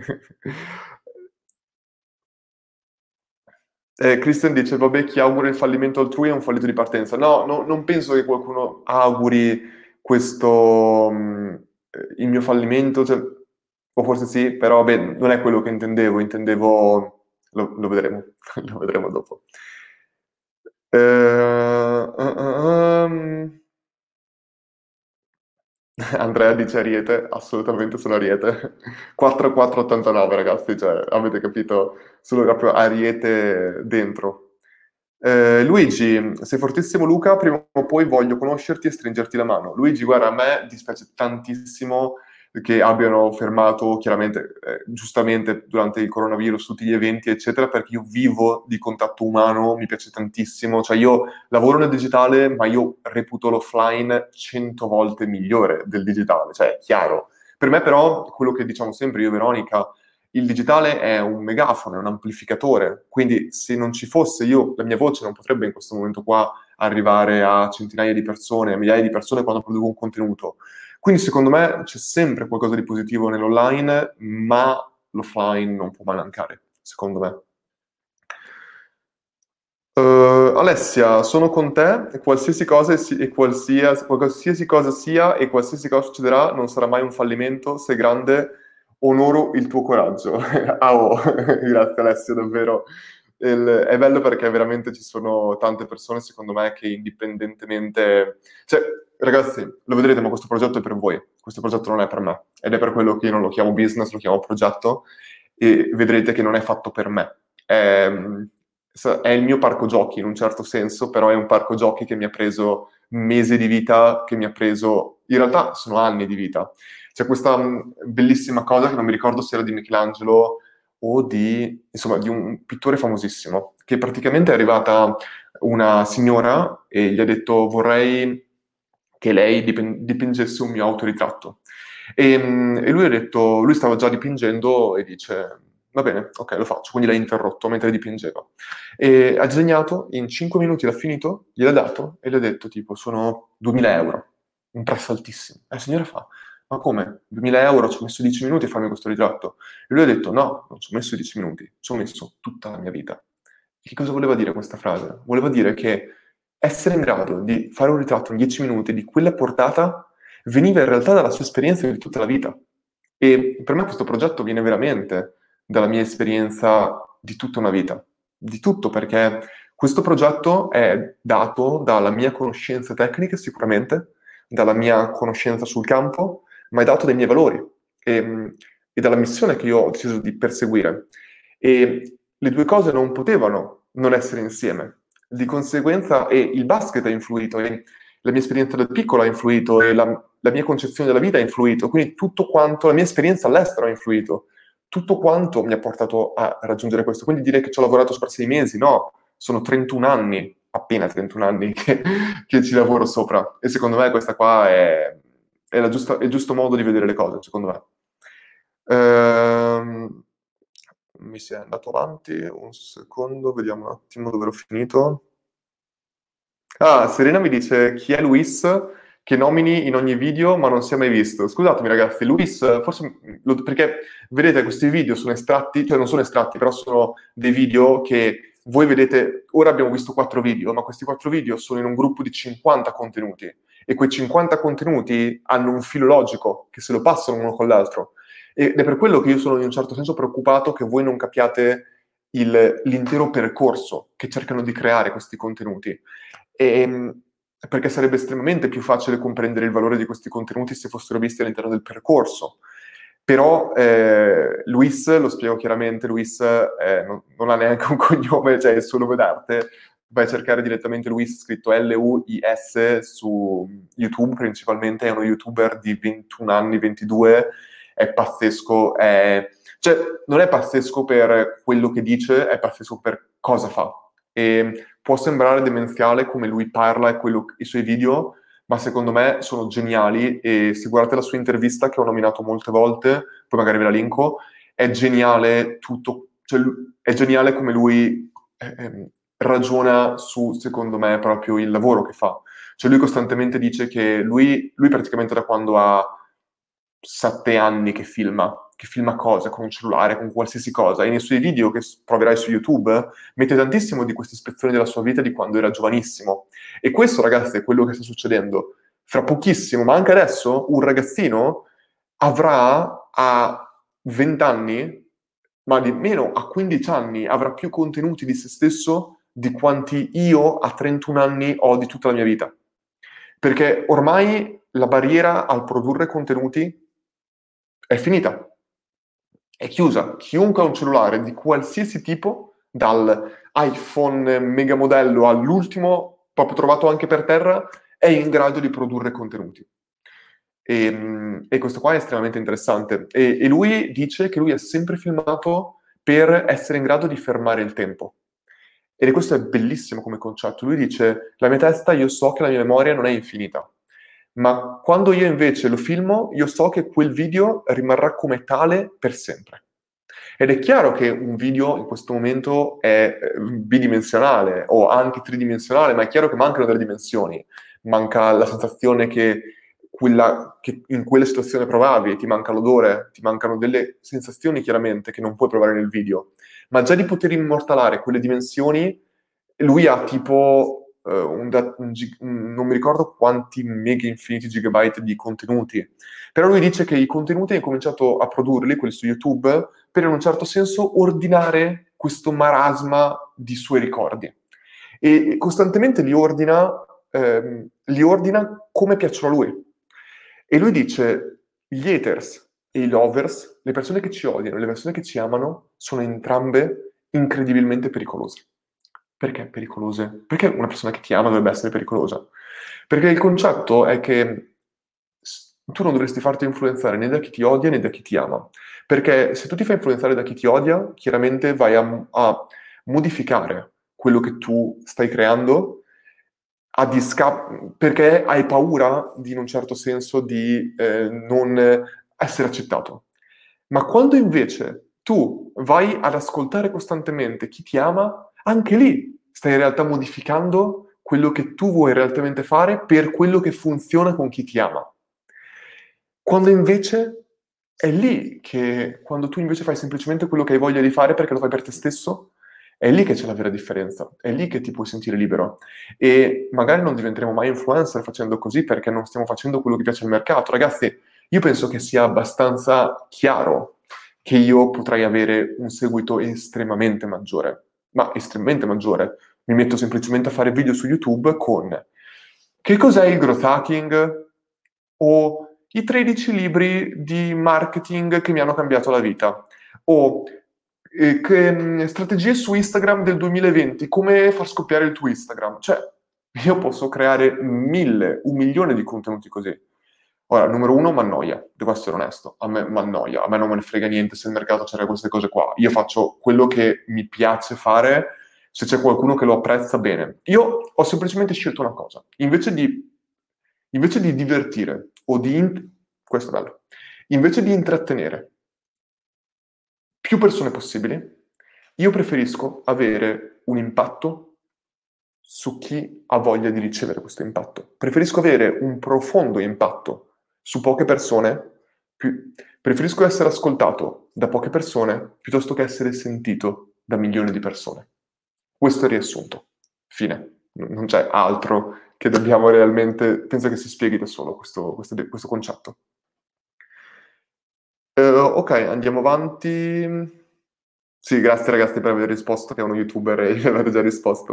Christian dice, vabbè, chi augura il fallimento altrui è un fallito di partenza. No, non penso che qualcuno auguri questo, il mio fallimento, cioè, o forse sì, però beh, non è quello che intendevo, lo vedremo, lo vedremo dopo. Um, Andrea dice Ariete, assolutamente sono Ariete. 4489 ragazzi, cioè avete capito, sono proprio Ariete dentro. Luigi, sei fortissimo Luca, prima o poi voglio conoscerti e stringerti la mano. Luigi, guarda, a me dispiace tantissimo che abbiano fermato, chiaramente, giustamente, durante il coronavirus, tutti gli eventi, eccetera, perché io vivo di contatto umano, mi piace tantissimo. Cioè io lavoro nel digitale, ma io reputo l'offline 100 volte migliore del digitale, cioè è chiaro. Per me però, quello che diciamo sempre io e Veronica, il digitale è un megafono, è un amplificatore, quindi se non ci fosse io, la mia voce non potrebbe in questo momento qua arrivare a centinaia di persone, a migliaia di persone quando produco un contenuto. Quindi secondo me c'è sempre qualcosa di positivo nell'online, ma l'offline non può mai mancare, secondo me. Alessia, sono con te e qualsiasi cosa, qualsiasi cosa sia e qualsiasi cosa succederà non sarà mai un fallimento, sei grande, onoro il tuo coraggio. Ah, oh. Grazie Alessia, davvero. È bello perché veramente ci sono tante persone, secondo me, che indipendentemente... Cioè, ragazzi, lo vedrete, ma questo progetto è per voi, questo progetto non è per me. Ed è per quello che io non lo chiamo business, lo chiamo progetto, e vedrete che non è fatto per me. È il mio parco giochi in un certo senso, però è un parco giochi che mi ha preso mesi di vita, che mi ha preso, in realtà sono anni di vita. C'è questa bellissima cosa che non mi ricordo se era di Michelangelo o di, insomma, di un pittore famosissimo, che praticamente è arrivata una signora e gli ha detto vorrei che lei dipingesse un mio autoritratto. E lui ha detto, lui stava già dipingendo e dice, va bene, ok, lo faccio. Quindi l'ha interrotto mentre dipingeva. E ha disegnato, in 5 minuti l'ha finito, gliel'ha dato e gli ha detto tipo, sono 2000 euro, un prezzo altissimo. E la signora fa, ma come? 2000 euro, ci ho messo 10 minuti a farmi questo ritratto. E lui ha detto, no, non ci ho messo 10 minuti, ci ho messo tutta la mia vita. Che cosa voleva dire questa frase? Voleva dire che essere in grado di fare un ritratto in 10 minuti di quella portata veniva in realtà dalla sua esperienza di tutta la vita. E per me questo progetto viene veramente dalla mia esperienza di tutta una vita. Di tutto, perché questo progetto è dato dalla mia conoscenza tecnica sicuramente, dalla mia conoscenza sul campo, ma è dato dai miei valori e dalla missione che io ho deciso di perseguire. E le due cose non potevano non essere insieme. Di conseguenza, e il basket ha influito, e la mia esperienza da piccolo ha influito, e la mia concezione della vita ha influito, quindi tutto quanto, la mia esperienza all'estero ha influito, tutto quanto mi ha portato a raggiungere questo. Quindi dire che ci ho lavorato per 6 mesi, no, sono 31 anni, appena 31 anni che ci lavoro sopra. E secondo me questa qua è è il giusto modo di vedere le cose, secondo me. Mi si è andato avanti, un secondo, vediamo un attimo dove ero finito. Ah, Serena mi dice chi è Luis che nomini in ogni video ma non si è mai visto. Scusatemi ragazzi, Luis, forse perché vedete questi video sono estratti, cioè non sono estratti, però sono dei video che voi vedete, ora abbiamo visto 4 video, ma questi 4 video sono in un gruppo di 50 contenuti e quei 50 contenuti hanno un filo logico che se lo passano uno con l'altro. Ed è per quello che io sono in un certo senso preoccupato che voi non capiate l'intero percorso che cercano di creare questi contenuti. Perché sarebbe estremamente più facile comprendere il valore di questi contenuti se fossero visti all'interno del percorso. Però Luis, lo spiego chiaramente, Luis non ha neanche un cognome, cioè il suo nome d'arte. Vai a cercare direttamente Luis, scritto Luis, su YouTube principalmente, è uno YouTuber di 21 anni, 22, è pazzesco, cioè non è pazzesco per quello che dice, è pazzesco per cosa fa. E può sembrare demenziale come lui parla e i suoi video, ma secondo me sono geniali e se guardate la sua intervista che ho nominato molte volte, poi magari ve la linko, è geniale tutto, cioè è geniale come lui ragiona su, secondo me, proprio il lavoro che fa. Cioè lui costantemente dice che lui praticamente da quando ha 7 anni che filma cose con un cellulare, con qualsiasi cosa, e nei suoi video che troverai su YouTube mette tantissimo di queste ispezioni della sua vita di quando era giovanissimo. E questo, ragazzi, è quello che sta succedendo. Fra pochissimo, ma anche adesso, un ragazzino avrà a 20 anni, ma di meno a 15 anni, avrà più contenuti di se stesso di quanti io a 31 anni ho di tutta la mia vita. Perché ormai la barriera al produrre contenuti è finita, è chiusa. Chiunque ha un cellulare di qualsiasi tipo, dal iPhone mega modello all'ultimo, proprio trovato anche per terra, è in grado di produrre contenuti. E questo qua è estremamente interessante. E lui dice che lui è sempre filmato per essere in grado di fermare il tempo. E questo è bellissimo come concetto. Lui dice, la mia testa, io so che la mia memoria non è infinita, ma quando io invece lo filmo, io so che quel video rimarrà come tale per sempre. Ed è chiaro che un video in questo momento è bidimensionale o anche tridimensionale, ma è chiaro che mancano delle dimensioni. Manca la sensazione che in quella situazione provavi, ti manca l'odore, ti mancano delle sensazioni chiaramente che non puoi provare nel video. Ma già di poter immortalare quelle dimensioni, lui ha tipo non mi ricordo quanti mega infiniti gigabyte di contenuti, però lui dice che i contenuti ha incominciato a produrli, quelli su YouTube, per in un certo senso ordinare questo marasma di suoi ricordi. E costantemente li ordina come piacciono a lui. E lui dice, gli haters e i lovers, le persone che ci odiano e le persone che ci amano, sono entrambe incredibilmente pericolose. Perché pericolose? Perché una persona che ti ama dovrebbe essere pericolosa? Perché il concetto è che tu non dovresti farti influenzare né da chi ti odia né da chi ti ama. Perché se tu ti fai influenzare da chi ti odia, chiaramente vai a modificare quello che tu stai creando perché hai paura di, in un certo senso, di non essere accettato. Ma quando invece tu vai ad ascoltare costantemente chi ti ama, anche lì stai in realtà modificando quello che tu vuoi realmente fare per quello che funziona con chi ti ama. Quando invece è lì che, quando tu invece fai semplicemente quello che hai voglia di fare perché lo fai per te stesso, è lì che c'è la vera differenza, è lì che ti puoi sentire libero. E magari non diventeremo mai influencer facendo così perché non stiamo facendo quello che piace al mercato. Ragazzi, io penso che sia abbastanza chiaro che io potrei avere un seguito estremamente maggiore, ma estremamente maggiore. Mi metto semplicemente a fare video su YouTube con che cos'è il growth hacking o i 13 libri di marketing che mi hanno cambiato la vita o strategie su Instagram del 2020, come far scoppiare il tuo Instagram. Cioè, io posso creare 1 milione di contenuti così. Ora, numero uno, mi annoia, devo essere onesto, a me mi annoia, a me non me ne frega niente se il mercato c'era queste cose qua. Io faccio quello che mi piace fare, se c'è qualcuno che lo apprezza bene. Io ho semplicemente scelto una cosa, invece di divertire questo è bello, invece di intrattenere più persone possibili, io preferisco avere un impatto su chi ha voglia di ricevere questo impatto. Preferisco avere un profondo impatto su poche persone, preferisco essere ascoltato da poche persone piuttosto che essere sentito da milioni di persone. Questo è il riassunto. Fine. Non c'è altro che dobbiamo realmente... Penso che si spieghi da solo questo concetto. Ok, andiamo avanti. Sì, grazie ragazzi per aver risposto, che è uno youtuber e gli avete già risposto.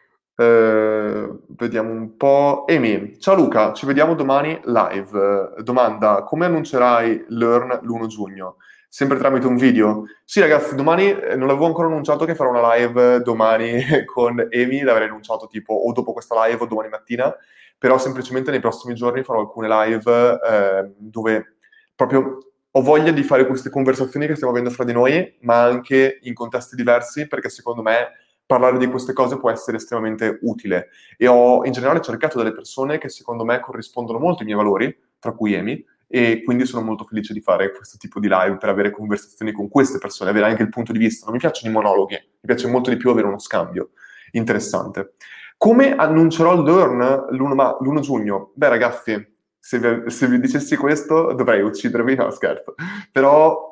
Vediamo un po'. Amy, ciao Luca, ci vediamo domani live. Domanda, come annuncerai Learn l'1 giugno? Sempre tramite un video? Sì ragazzi, domani non l'avevo ancora annunciato che farò una live domani con Amy, l'avrei annunciato tipo o dopo questa live o domani mattina, però semplicemente nei prossimi giorni farò alcune live dove proprio ho voglia di fare queste conversazioni che stiamo avendo fra di noi, ma anche in contesti diversi, perché secondo me parlare di queste cose può essere estremamente utile. E ho in generale cercato delle persone che secondo me corrispondono molto ai miei valori, tra cui Amy, e quindi sono molto felice di fare questo tipo di live per avere conversazioni con queste persone, avere anche il punto di vista. Non mi piacciono i monologhi, mi piace molto di più avere uno scambio interessante. Come annuncerò il Learn l'1 giugno? Beh, ragazzi, se vi dicessi questo dovrei uccidervi, no, scherzo. Però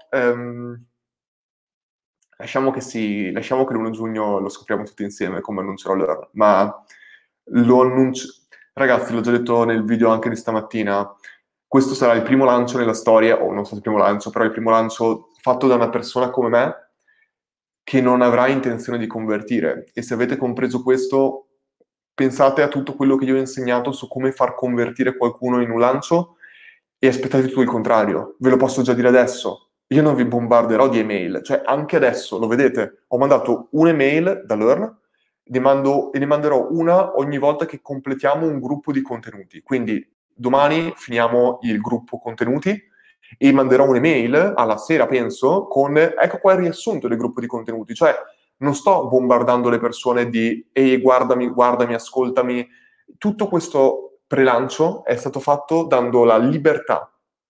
lasciamo che l'1 giugno lo scopriamo tutti insieme come annuncerò Learn. Ma lo annuncio... Ragazzi, l'ho già detto nel video anche di stamattina, questo sarà il primo lancio nella storia, o non so se il primo lancio, però il primo lancio fatto da una persona come me che non avrà intenzione di convertire. E se avete compreso questo, pensate a tutto quello che io ho insegnato su come far convertire qualcuno in un lancio e aspettate tutto il contrario. Ve lo posso già dire adesso. Io non vi bombarderò di email, cioè anche adesso, lo vedete, ho mandato un'email da Learn e ne manderò una ogni volta che completiamo un gruppo di contenuti. Quindi domani finiamo il gruppo contenuti e manderò un'email alla sera, penso, con ecco qua il riassunto del gruppo di contenuti. Cioè, non sto bombardando le persone di ehi, guardami, guardami, ascoltami. Tutto questo prelancio è stato fatto dando la libertà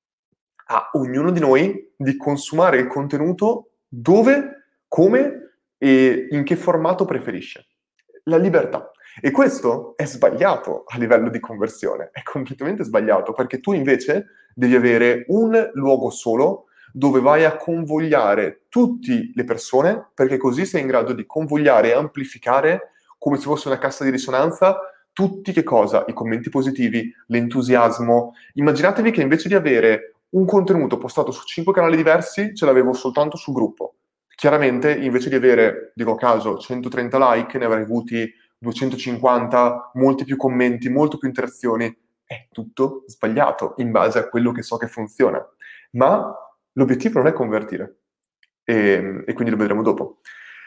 a ognuno di noi di consumare il contenuto dove, come e in che formato preferisce. La libertà. E questo è sbagliato a livello di conversione, è completamente sbagliato perché tu invece devi avere un luogo solo dove vai a convogliare tutte le persone perché così sei in grado di convogliare e amplificare come se fosse una cassa di risonanza tutti che cosa? I commenti positivi, l'entusiasmo. Immaginatevi che invece di avere un contenuto postato su 5 canali diversi, ce l'avevo soltanto sul gruppo. Chiaramente, invece di avere, dico a caso, 130 like, ne avrei avuti 250, molti più commenti, molto più interazioni. È tutto sbagliato in base a quello che so che funziona. Ma l'obiettivo non è convertire. E quindi lo vedremo dopo.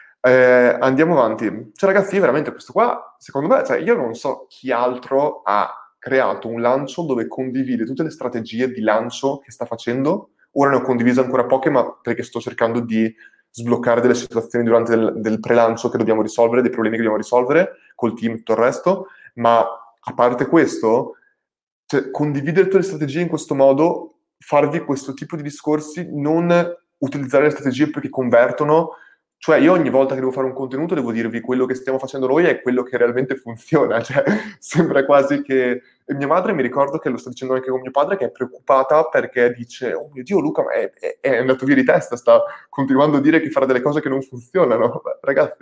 Andiamo avanti. Cioè, ragazzi, io veramente questo qua, secondo me, cioè, io non so chi altro ha creato un lancio dove condivide tutte le strategie di lancio che sta facendo. Ora ne ho condivise ancora poche, ma perché sto cercando di sbloccare delle situazioni durante del pre-lancio che dobbiamo risolvere, dei problemi che dobbiamo risolvere col team e tutto il resto. Ma a parte questo, cioè, condividere tutte le strategie in questo modo, farvi questo tipo di discorsi, non utilizzare le strategie perché convertono. Cioè, io ogni volta che devo fare un contenuto devo dirvi quello che stiamo facendo noi è quello che realmente funziona. Cioè, sembra quasi che... E mia madre, mi ricordo che lo sto dicendo anche con mio padre, che è preoccupata perché dice, oh mio Dio, Luca, ma è andato via di testa, sta continuando a dire che farà delle cose che non funzionano. Beh, ragazzi,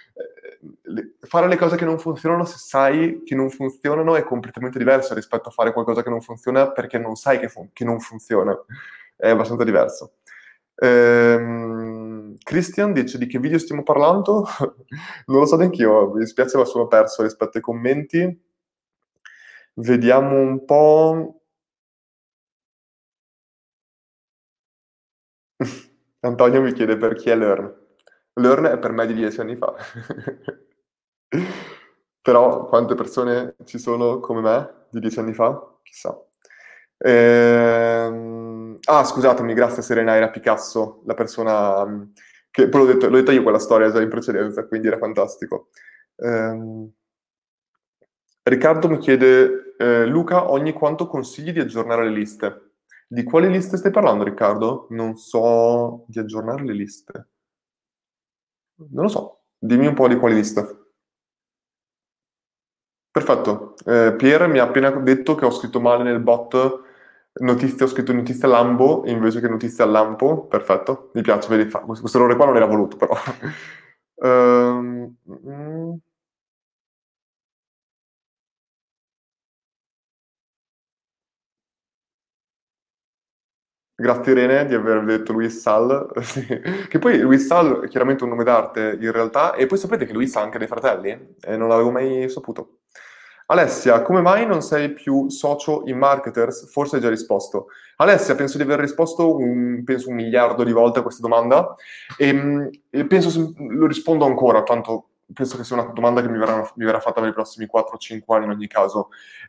fare le cose che non funzionano se sai che non funzionano è completamente diverso rispetto a fare qualcosa che non funziona perché non sai che non funziona. È abbastanza diverso. Christian dice di che video stiamo parlando? Non lo so neanche io, mi dispiace ma sono perso rispetto ai commenti. Vediamo un po'. Antonio mi chiede per chi è Learn. Learn è per me di 10 anni fa. Però quante persone ci sono come me di 10 anni fa? Chissà. Scusatemi, grazie Serena, era Picasso, la persona che poi l'ho detto io quella storia già in precedenza, quindi era fantastico. Ehm, Riccardo mi chiede, Luca, ogni quanto consigli di aggiornare le liste? Di quali liste stai parlando, Riccardo? Non so di aggiornare le liste. Non lo so. Dimmi un po' di quali liste. Perfetto. Pier mi ha appena detto che ho scritto male nel bot notizie, ho scritto notizie Lambo invece che notizie al lampo. Perfetto. Mi piace, vedi, questo errore qua non era voluto, però. Mm, Grazie Irene di aver detto Luis Sal, sì. Che poi Luis Sal è chiaramente un nome d'arte in realtà, e poi sapete che Luis ha anche dei fratelli? E non l'avevo mai saputo. Alessia, come mai non sei più socio in Marketers? Forse hai già risposto. Alessia, penso di aver risposto penso 1 miliardo di volte a questa domanda e penso lo rispondo ancora, tanto penso che sia una domanda che mi verrà fatta per i prossimi 4-5 anni in ogni caso.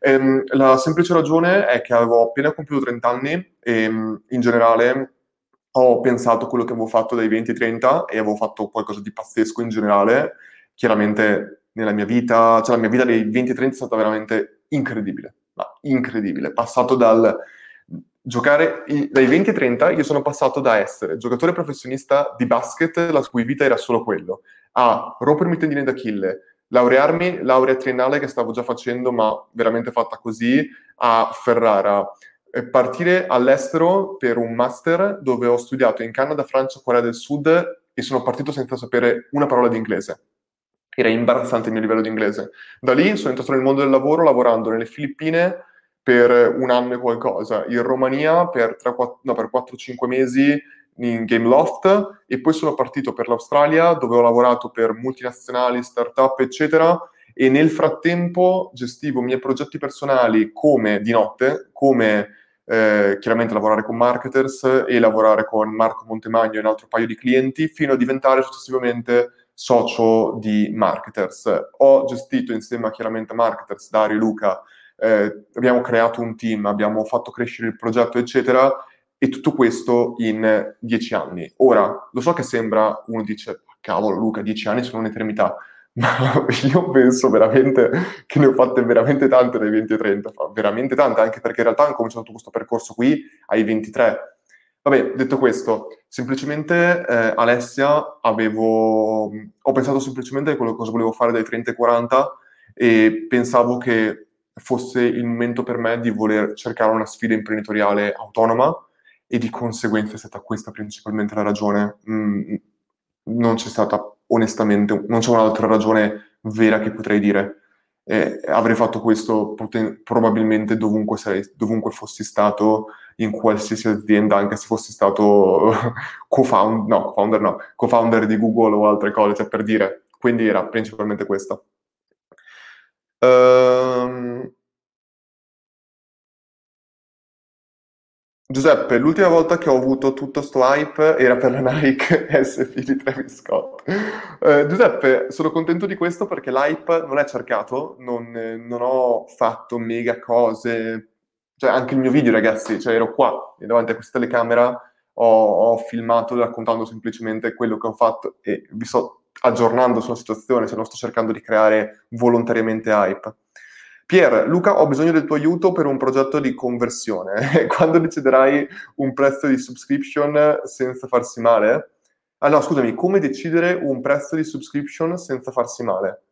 La semplice ragione è che avevo appena compiuto 30 anni e in generale ho pensato a quello che avevo fatto dai 20 ai 30 e avevo fatto qualcosa di pazzesco in generale. Chiaramente nella mia vita, cioè la mia vita dei 20 ai 30 è stata veramente incredibile, ma incredibile. Passato dal giocare dai 20 ai 30, io sono passato da essere giocatore professionista di basket, la cui vita era solo quello, a rompermi i tendini d'Achille, laurearmi, laurea triennale che stavo già facendo, ma veramente fatta così, a Ferrara, partire all'estero per un master dove ho studiato in Canada, Francia, Corea del Sud e sono partito senza sapere una parola di inglese. Era imbarazzante il mio livello di inglese. Da lì sono entrato nel mondo del lavoro lavorando nelle Filippine per 1 anno e qualcosa, in Romania per 4-5 mesi in Gameloft e poi sono partito per l'Australia dove ho lavorato per multinazionali, startup, eccetera, e nel frattempo gestivo i miei progetti personali come di notte, come chiaramente lavorare con marketers e lavorare con Marco Montemagno e un altro paio di clienti fino a diventare successivamente socio di marketers. Ho gestito insieme a chiaramente marketers, Dario e Luca, abbiamo creato un team, abbiamo fatto crescere il progetto, eccetera, e tutto questo in 10 anni. Ora, lo so che sembra, uno dice, cavolo Luca, 10 anni sono un'eternità, ma io penso veramente che ne ho fatte veramente tante dai 20 ai 30, veramente tante, anche perché in realtà ho cominciato questo percorso qui ai 23. Vabbè, detto questo, semplicemente Alessia, ho pensato semplicemente a quello cosa volevo fare dai 30 ai 40 e pensavo che fosse il momento per me di voler cercare una sfida imprenditoriale autonoma e di conseguenza è stata questa principalmente la ragione. Non c'è stata, onestamente, non c'è un'altra ragione vera che potrei dire. Avrei fatto questo probabilmente dovunque fossi stato, in qualsiasi azienda, anche se fossi stato co-founder di Google o altre cose, cioè per dire. Quindi era principalmente questo. Ehm, Giuseppe, l'ultima volta che ho avuto tutto sto hype era per la Nike SB di Travis Scott. Giuseppe, sono contento di questo perché l'hype non è cercato, non ho fatto mega cose, cioè anche il mio video, ragazzi, cioè ero qua davanti a questa telecamera, ho filmato raccontando semplicemente quello che ho fatto e vi sto aggiornando sulla situazione, se non sto cercando di creare volontariamente hype. Pier, Luca, ho bisogno del tuo aiuto per un progetto di conversione. Quando deciderai un prezzo di subscription senza farsi male? Ah no, scusami, come decidere un prezzo di subscription senza farsi male?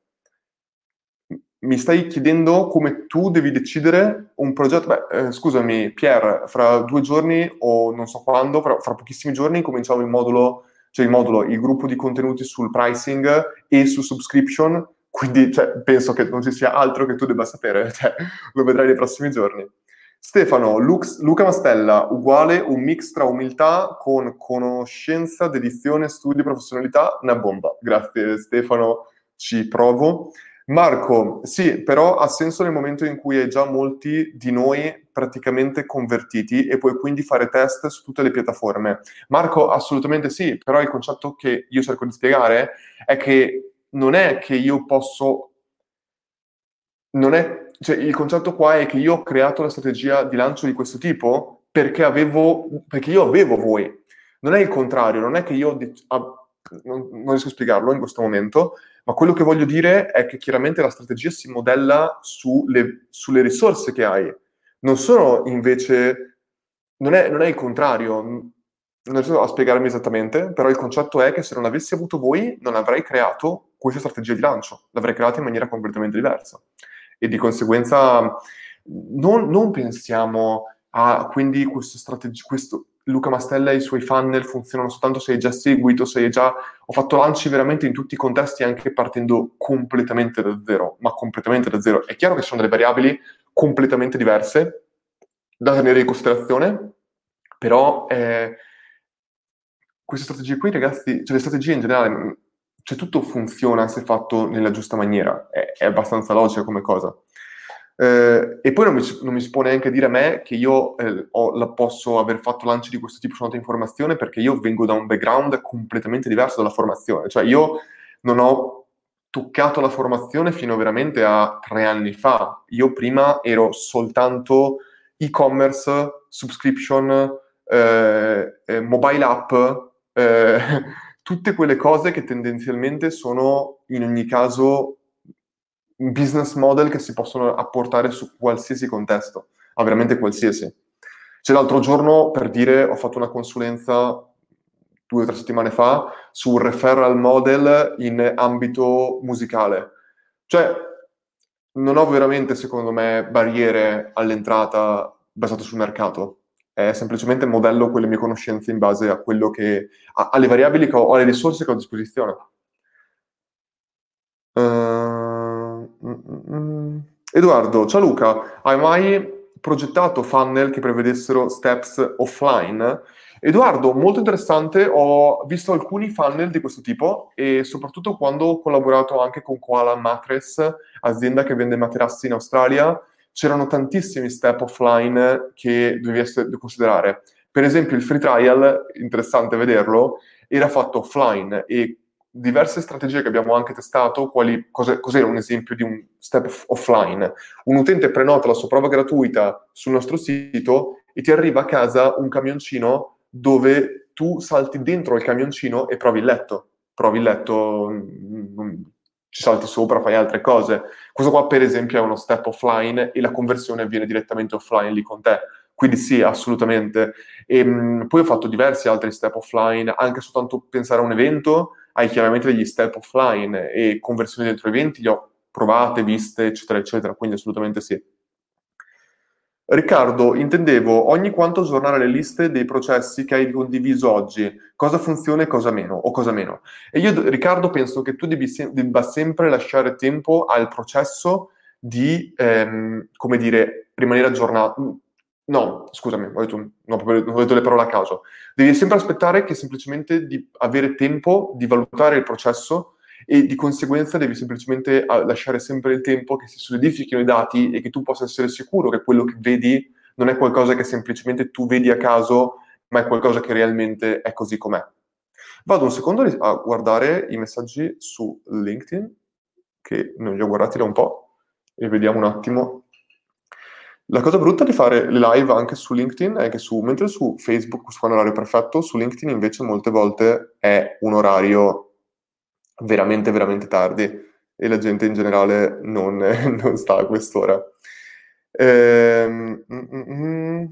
Mi stai chiedendo come tu devi decidere un progetto? Beh, scusami, Pier, fra 2 giorni o non so quando, fra pochissimi giorni cominciamo il gruppo di contenuti sul pricing e su subscription, quindi cioè, penso che non ci sia altro che tu debba sapere, cioè, lo vedrai nei prossimi giorni. Stefano, Luca Mastella, uguale un mix tra umiltà con conoscenza, dedizione, studio, professionalità, una bomba. Grazie Stefano, ci provo. Marco, sì, però ha senso nel momento in cui hai già molti di noi praticamente convertiti e puoi quindi fare test su tutte le piattaforme. Marco, assolutamente sì, però il concetto che io cerco di spiegare è che non è che io posso, non è, cioè il concetto qua è che io ho creato la strategia di lancio di questo tipo perché io avevo voi. Non è il contrario, non è che non riesco a spiegarlo in questo momento, ma quello che voglio dire è che chiaramente la strategia si modella sulle risorse che hai. Non sono invece, non è il contrario, non riesco a spiegarmi esattamente, però il concetto è che se non avessi avuto voi, non avrei creato questa strategia di lancio, l'avrei creata in maniera completamente diversa. E di conseguenza non pensiamo a quindi questo Luca Mastella e i suoi funnel funzionano soltanto se hai già seguito, se hai già ho fatto lanci veramente in tutti i contesti, anche partendo completamente da zero, ma completamente da zero. È chiaro che ci sono delle variabili completamente diverse da tenere in considerazione, Però queste strategie qui, ragazzi, cioè le strategie in generale, cioè tutto funziona se fatto nella giusta maniera, è abbastanza logica come cosa. E poi non mi si può neanche dire a me che io posso aver fatto lanci di questo tipo su un'altra informazione, perché io vengo da un background completamente diverso dalla formazione. Cioè io non ho toccato la formazione fino veramente a 3 anni fa. Io prima ero soltanto e-commerce, subscription, mobile app, eh, tutte quelle cose che tendenzialmente sono in ogni caso un business model che si possono apportare su qualsiasi contesto, a veramente qualsiasi. Cioè, l'altro giorno, per dire, ho fatto una consulenza 2 o 3 settimane fa su un referral model in ambito musicale. Cioè, non ho veramente, secondo me, barriere all'entrata basate sul mercato. È semplicemente modello quelle mie conoscenze in base a quello che, alle variabili che ho, alle risorse che ho a disposizione. Edoardo, ciao Luca, hai mai progettato funnel che prevedessero steps offline? Edoardo, molto interessante, ho visto alcuni funnel di questo tipo e soprattutto quando ho collaborato anche con Koala Mattress, azienda che vende materassi in Australia, c'erano tantissimi step offline che devi considerare. Per esempio il free trial, interessante vederlo, era fatto offline e diverse strategie che abbiamo anche testato, cos'era un esempio di un step offline? Un utente prenota la sua prova gratuita sul nostro sito e ti arriva a casa un camioncino dove tu salti dentro il camioncino e provi il letto. Provi il letto, ci salti sopra, fai altre cose. Questo qua, per esempio, è uno step offline e la conversione avviene direttamente offline lì con te. Quindi sì, assolutamente. Poi ho fatto diversi altri step offline, anche soltanto pensare a un evento, hai chiaramente degli step offline e conversioni dentro eventi, li ho provate, viste, eccetera, eccetera, quindi assolutamente sì. Riccardo, intendevo ogni quanto aggiornare le liste dei processi che hai condiviso oggi, cosa funziona e cosa meno, o cosa meno. E io, Riccardo, penso che tu debba sempre lasciare tempo al processo di, come dire, rimanere aggiornato. No, scusami, non ho detto le parole a caso. Devi sempre aspettare che semplicemente di avere tempo di valutare il processo e di conseguenza devi semplicemente lasciare sempre il tempo che si solidifichino i dati e che tu possa essere sicuro che quello che vedi non è qualcosa che semplicemente tu vedi a caso, ma è qualcosa che realmente è così com'è. Vado un secondo a guardare i messaggi su LinkedIn, che non li ho guardati da un po', e vediamo un attimo. La cosa brutta di fare le live anche su LinkedIn è che mentre su Facebook questo è un orario perfetto, su LinkedIn invece molte volte è un orario veramente, veramente tardi e la gente in generale non sta a quest'ora. Ehm, mm, mm, mm.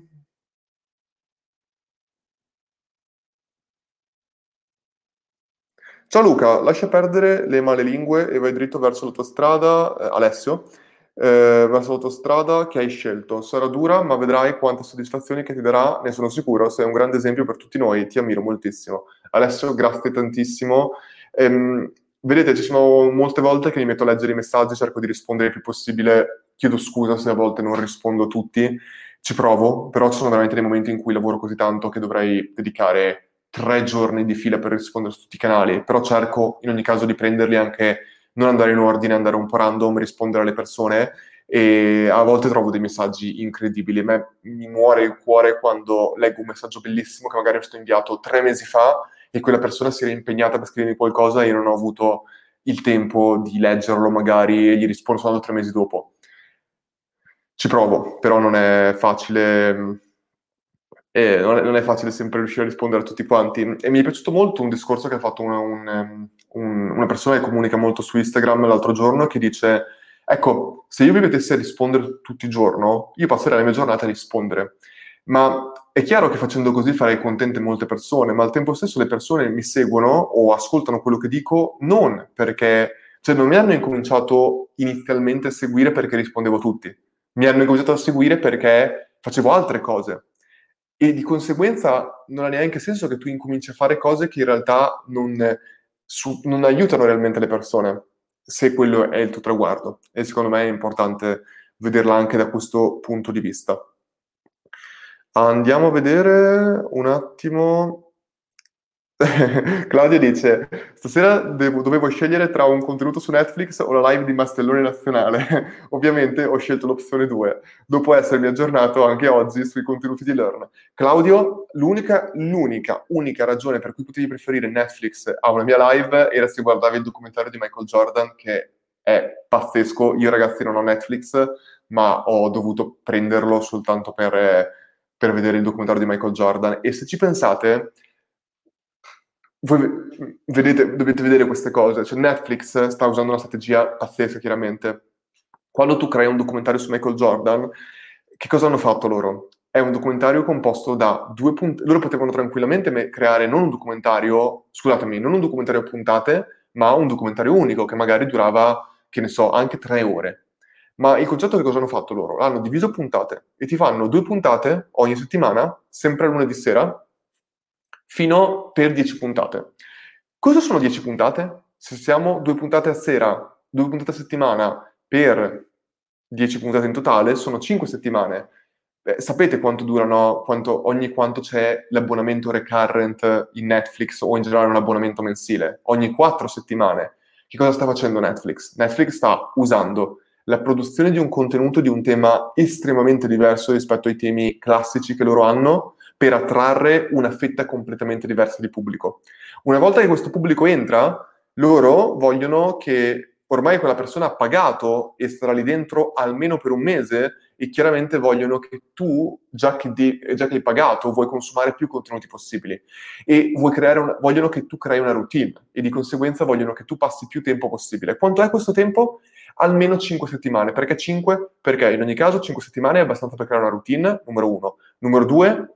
Ciao Luca, lascia perdere le male lingue e vai dritto verso la tua strada, Alessio, verso la tua strada che hai scelto. Sarà dura, ma vedrai quante soddisfazioni che ti darà, ne sono sicuro, sei un grande esempio per tutti noi, ti ammiro moltissimo. Alessio, grazie tantissimo. Ehm, Vedete, ci sono molte volte che mi metto a leggere i messaggi, cerco di rispondere il più possibile, chiedo scusa se a volte non rispondo a tutti, ci provo, però ci sono veramente dei momenti in cui lavoro così tanto che dovrei dedicare 3 giorni di fila per rispondere su tutti i canali, però cerco in ogni caso di prenderli anche, non andare in ordine, andare un po' random, rispondere alle persone e a volte trovo dei messaggi incredibili. A me mi muore il cuore quando leggo un messaggio bellissimo che magari mi è stato inviato 3 mesi fa e quella persona si era impegnata per scrivermi qualcosa e io non ho avuto il tempo di leggerlo magari e gli rispondo solo 3 mesi dopo. Ci provo, però non è facile, non è facile sempre riuscire a rispondere a tutti quanti. E mi è piaciuto molto un discorso che ha fatto una persona che comunica molto su Instagram l'altro giorno che dice, ecco, se io mi mettessi a rispondere tutti i giorni, io passerei la mia giornata a rispondere. Ma è chiaro che facendo così farei contente molte persone, ma al tempo stesso le persone mi seguono o ascoltano quello che dico non perché, cioè non mi hanno incominciato inizialmente a seguire perché rispondevo a tutti, mi hanno incominciato a seguire perché facevo altre cose. E di conseguenza non ha neanche senso che tu incominci a fare cose che in realtà non aiutano realmente le persone, se quello è il tuo traguardo. E secondo me è importante vederla anche da questo punto di vista. Andiamo a vedere un attimo. Claudio dice: Stasera dovevo scegliere tra un contenuto su Netflix o la live di Mastellone Nazionale. Ovviamente ho scelto l'opzione 2, dopo essermi aggiornato anche oggi sui contenuti di Learn. Claudio, unica ragione per cui potevi preferire Netflix a una mia live era se guardavi il documentario di Michael Jordan, che è pazzesco. Io, ragazzi, non ho Netflix, ma ho dovuto prenderlo soltanto per vedere il documentario di Michael Jordan. E se ci pensate, dovete vedere queste cose. Cioè, Netflix sta usando una strategia pazzesca, chiaramente. Quando tu crei un documentario su Michael Jordan, che cosa hanno fatto loro? È un documentario composto da due puntate. Loro potevano tranquillamente creare non un documentario, scusatemi, non un documentario a puntate, ma un documentario unico che magari durava, che ne so, anche 3 ore. Ma il concetto che cosa hanno fatto loro? L'hanno diviso a puntate e ti fanno 2 puntate ogni settimana, sempre lunedì sera, fino per 10 puntate. Cosa sono 10 puntate? Se siamo 2 puntate a sera, 2 puntate a settimana per 10 puntate in totale, sono 5 settimane. Sapete quanto durano, ogni quanto c'è l'abbonamento recurrent in Netflix o in generale un abbonamento mensile? Ogni 4 settimane. Che cosa sta facendo Netflix? Netflix sta usando la produzione di un contenuto di un tema estremamente diverso rispetto ai temi classici che loro hanno per attrarre una fetta completamente diversa di pubblico. Una volta che questo pubblico entra, loro vogliono che ormai quella persona ha pagato e starà lì dentro almeno per un mese e chiaramente vogliono che tu, già che hai pagato, vuoi consumare più contenuti possibili e vogliono che tu crei una routine e di conseguenza vogliono che tu passi più tempo possibile. Quanto è questo tempo? Almeno 5 settimane. Perché 5? Perché in ogni caso 5 settimane è abbastanza per creare una routine, numero 1. Numero 2,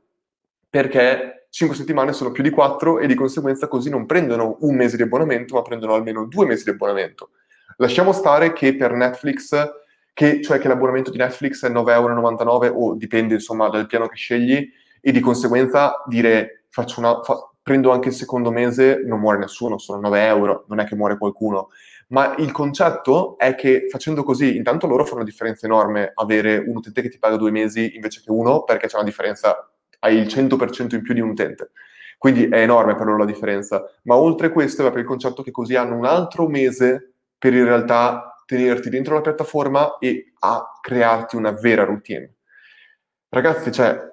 perché 5 settimane sono più di 4 e di conseguenza così non prendono un mese di abbonamento, ma prendono almeno 2 mesi di abbonamento. Lasciamo stare che per Netflix, cioè che l'abbonamento di Netflix è 9,99 € o dipende insomma dal piano che scegli e di conseguenza dire prendo anche il secondo mese, non muore nessuno, sono 9 euro, non è che muore qualcuno. Ma il concetto è che facendo così, intanto loro fanno una differenza enorme avere un utente che ti paga 2 mesi invece che uno, perché c'è una differenza, hai il 100% in più di un utente. Quindi è enorme per loro la differenza. Ma oltre questo è per il concetto che così hanno un altro mese per in realtà tenerti dentro la piattaforma e a crearti una vera routine. Ragazzi, cioè,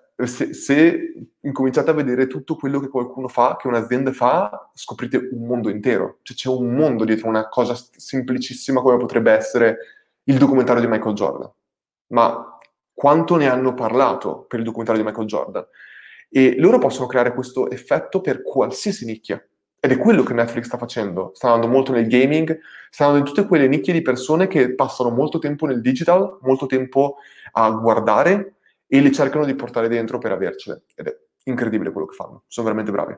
se incominciate a vedere tutto quello che qualcuno fa, che un'azienda fa, scoprite un mondo intero. Cioè, c'è un mondo dietro una cosa semplicissima come potrebbe essere il documentario di Michael Jordan. Ma quanto ne hanno parlato per il documentario di Michael Jordan? E loro possono creare questo effetto per qualsiasi nicchia. Ed è quello che Netflix sta facendo. Sta andando molto nel gaming, sta andando in tutte quelle nicchie di persone che passano molto tempo nel digital, molto tempo a guardare e li cercano di portare dentro per avercele. Ed è incredibile quello che fanno. Sono veramente bravi.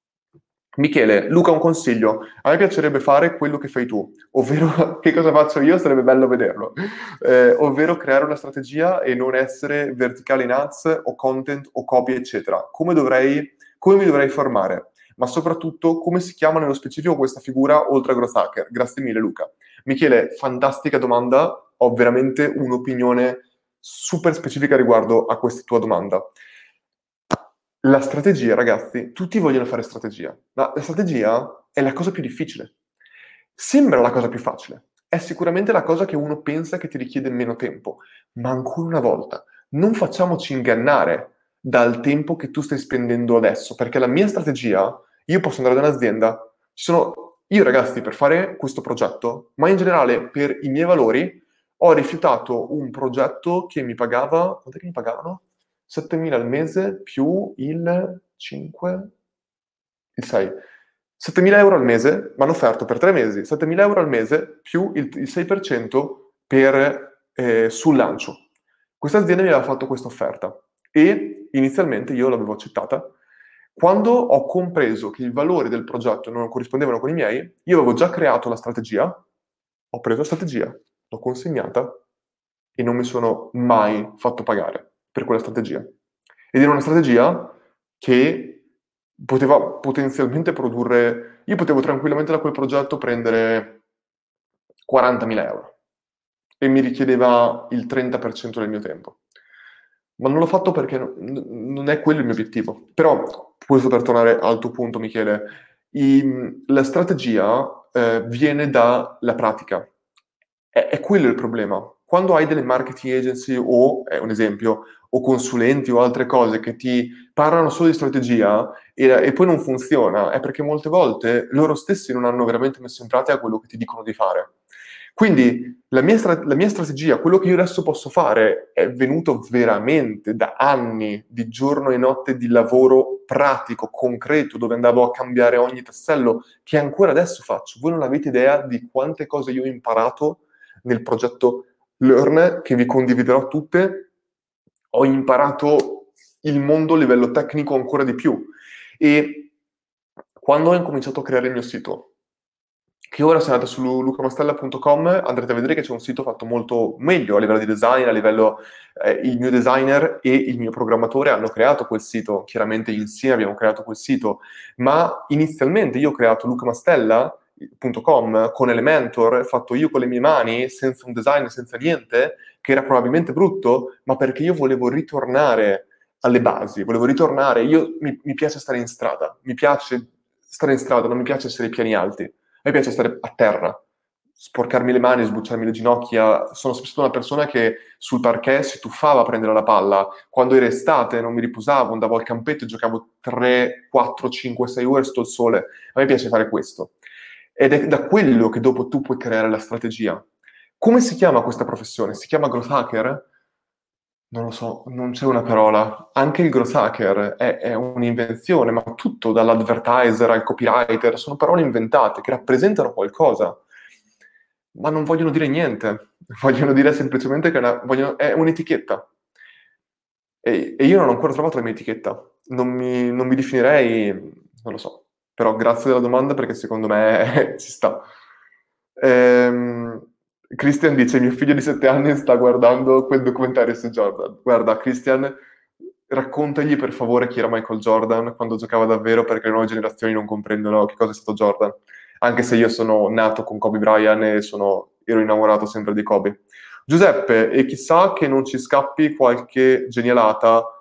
Michele, Luca, un consiglio. A me piacerebbe fare quello che fai tu, ovvero che cosa faccio io? Sarebbe bello vederlo. Ovvero creare una strategia e non essere verticale in ads o content o copy, eccetera. Come mi dovrei formare? Ma soprattutto come si chiama nello specifico questa figura oltre a growth hacker? Grazie mille, Luca. Michele, fantastica domanda. Ho veramente un'opinione super specifica riguardo a questa tua domanda. La strategia, ragazzi, tutti vogliono fare strategia, ma la strategia è la cosa più difficile. Sembra la cosa più facile, è sicuramente la cosa che uno pensa che ti richiede meno tempo, ma ancora una volta, non facciamoci ingannare dal tempo che tu stai spendendo adesso, perché la mia strategia, io posso andare da un'azienda, io ragazzi per fare questo progetto, ma in generale per i miei valori, ho rifiutato un progetto che mi pagava, quanto è che mi pagavano? 7.000 al mese più il 5, il 6. 7.000 euro al mese, mi hanno offerto per 3 mesi, 7.000 euro al mese più il 6% sul lancio. Questa azienda mi aveva fatto questa offerta e inizialmente io l'avevo accettata. Quando ho compreso che i valori del progetto non corrispondevano con i miei, io avevo già creato la strategia, ho preso la strategia, l'ho consegnata e non mi sono mai fatto pagare per quella strategia. Ed era una strategia che poteva potenzialmente produrre. Io potevo tranquillamente da quel progetto prendere 40.000 euro e mi richiedeva il 30% del mio tempo. ma non l'ho fatto perché non è quello il mio obiettivo. Però, questo per tornare al tuo punto, Michele, la strategia viene dalla pratica. È quello il problema. Quando hai delle marketing agency o, è un esempio, o consulenti o altre cose che ti parlano solo di strategia e poi non funziona, è perché molte volte loro stessi non hanno veramente messo in pratica quello che ti dicono di fare. Quindi la mia strategia, quello che io adesso posso fare, è venuto veramente da anni di giorno e notte di lavoro pratico, concreto, dove andavo a cambiare ogni tassello, che ancora adesso faccio. Voi non avete idea di quante cose io ho imparato nel progetto Learn, che vi condividerò tutte. Ho imparato il mondo a livello tecnico ancora di più. E quando ho incominciato a creare il mio sito, che ora se andate su lucamastella.com andrete a vedere che c'è un sito fatto molto meglio a livello di design, a livello il mio designer e il mio programmatore hanno creato quel sito, chiaramente insieme abbiamo creato quel sito, ma inizialmente io ho creato lucamastella.com con Elementor, fatto io con le mie mani, senza un design, senza niente, che era probabilmente brutto, ma perché io volevo ritornare alle basi, volevo ritornare, mi piace stare in strada, mi piace stare in strada, non mi piace essere ai piani alti. A me piace stare a terra, sporcarmi le mani, sbucciarmi le ginocchia. Sono sempre stata una persona che sul parquet si tuffava a prendere la palla. Quando era estate non mi riposavo, andavo al campetto e giocavo 3, 4, 5, 6 ore sotto il sole. A me piace fare questo. Ed è da quello che dopo tu puoi creare la strategia. Come si chiama questa professione? Si chiama growth hacker? Non lo so, non c'è una parola. Anche il growth hacker è un'invenzione, ma tutto, dall'advertiser al copywriter, sono parole inventate che rappresentano qualcosa, ma non vogliono dire niente. Vogliono dire semplicemente che è un'etichetta. E io non ho ancora trovato la mia etichetta. Non mi definirei, non lo so. Però grazie della domanda perché secondo me ci sta. Ehm, Christian dice: Mio figlio di 7 anni sta guardando quel documentario su Jordan. Guarda, Christian, raccontagli per favore chi era Michael Jordan quando giocava davvero, perché le nuove generazioni non comprendono che cosa è stato Jordan. Anche se io sono nato con Kobe Bryant e ero innamorato sempre di Kobe. Giuseppe, e chissà che non ci scappi qualche genialata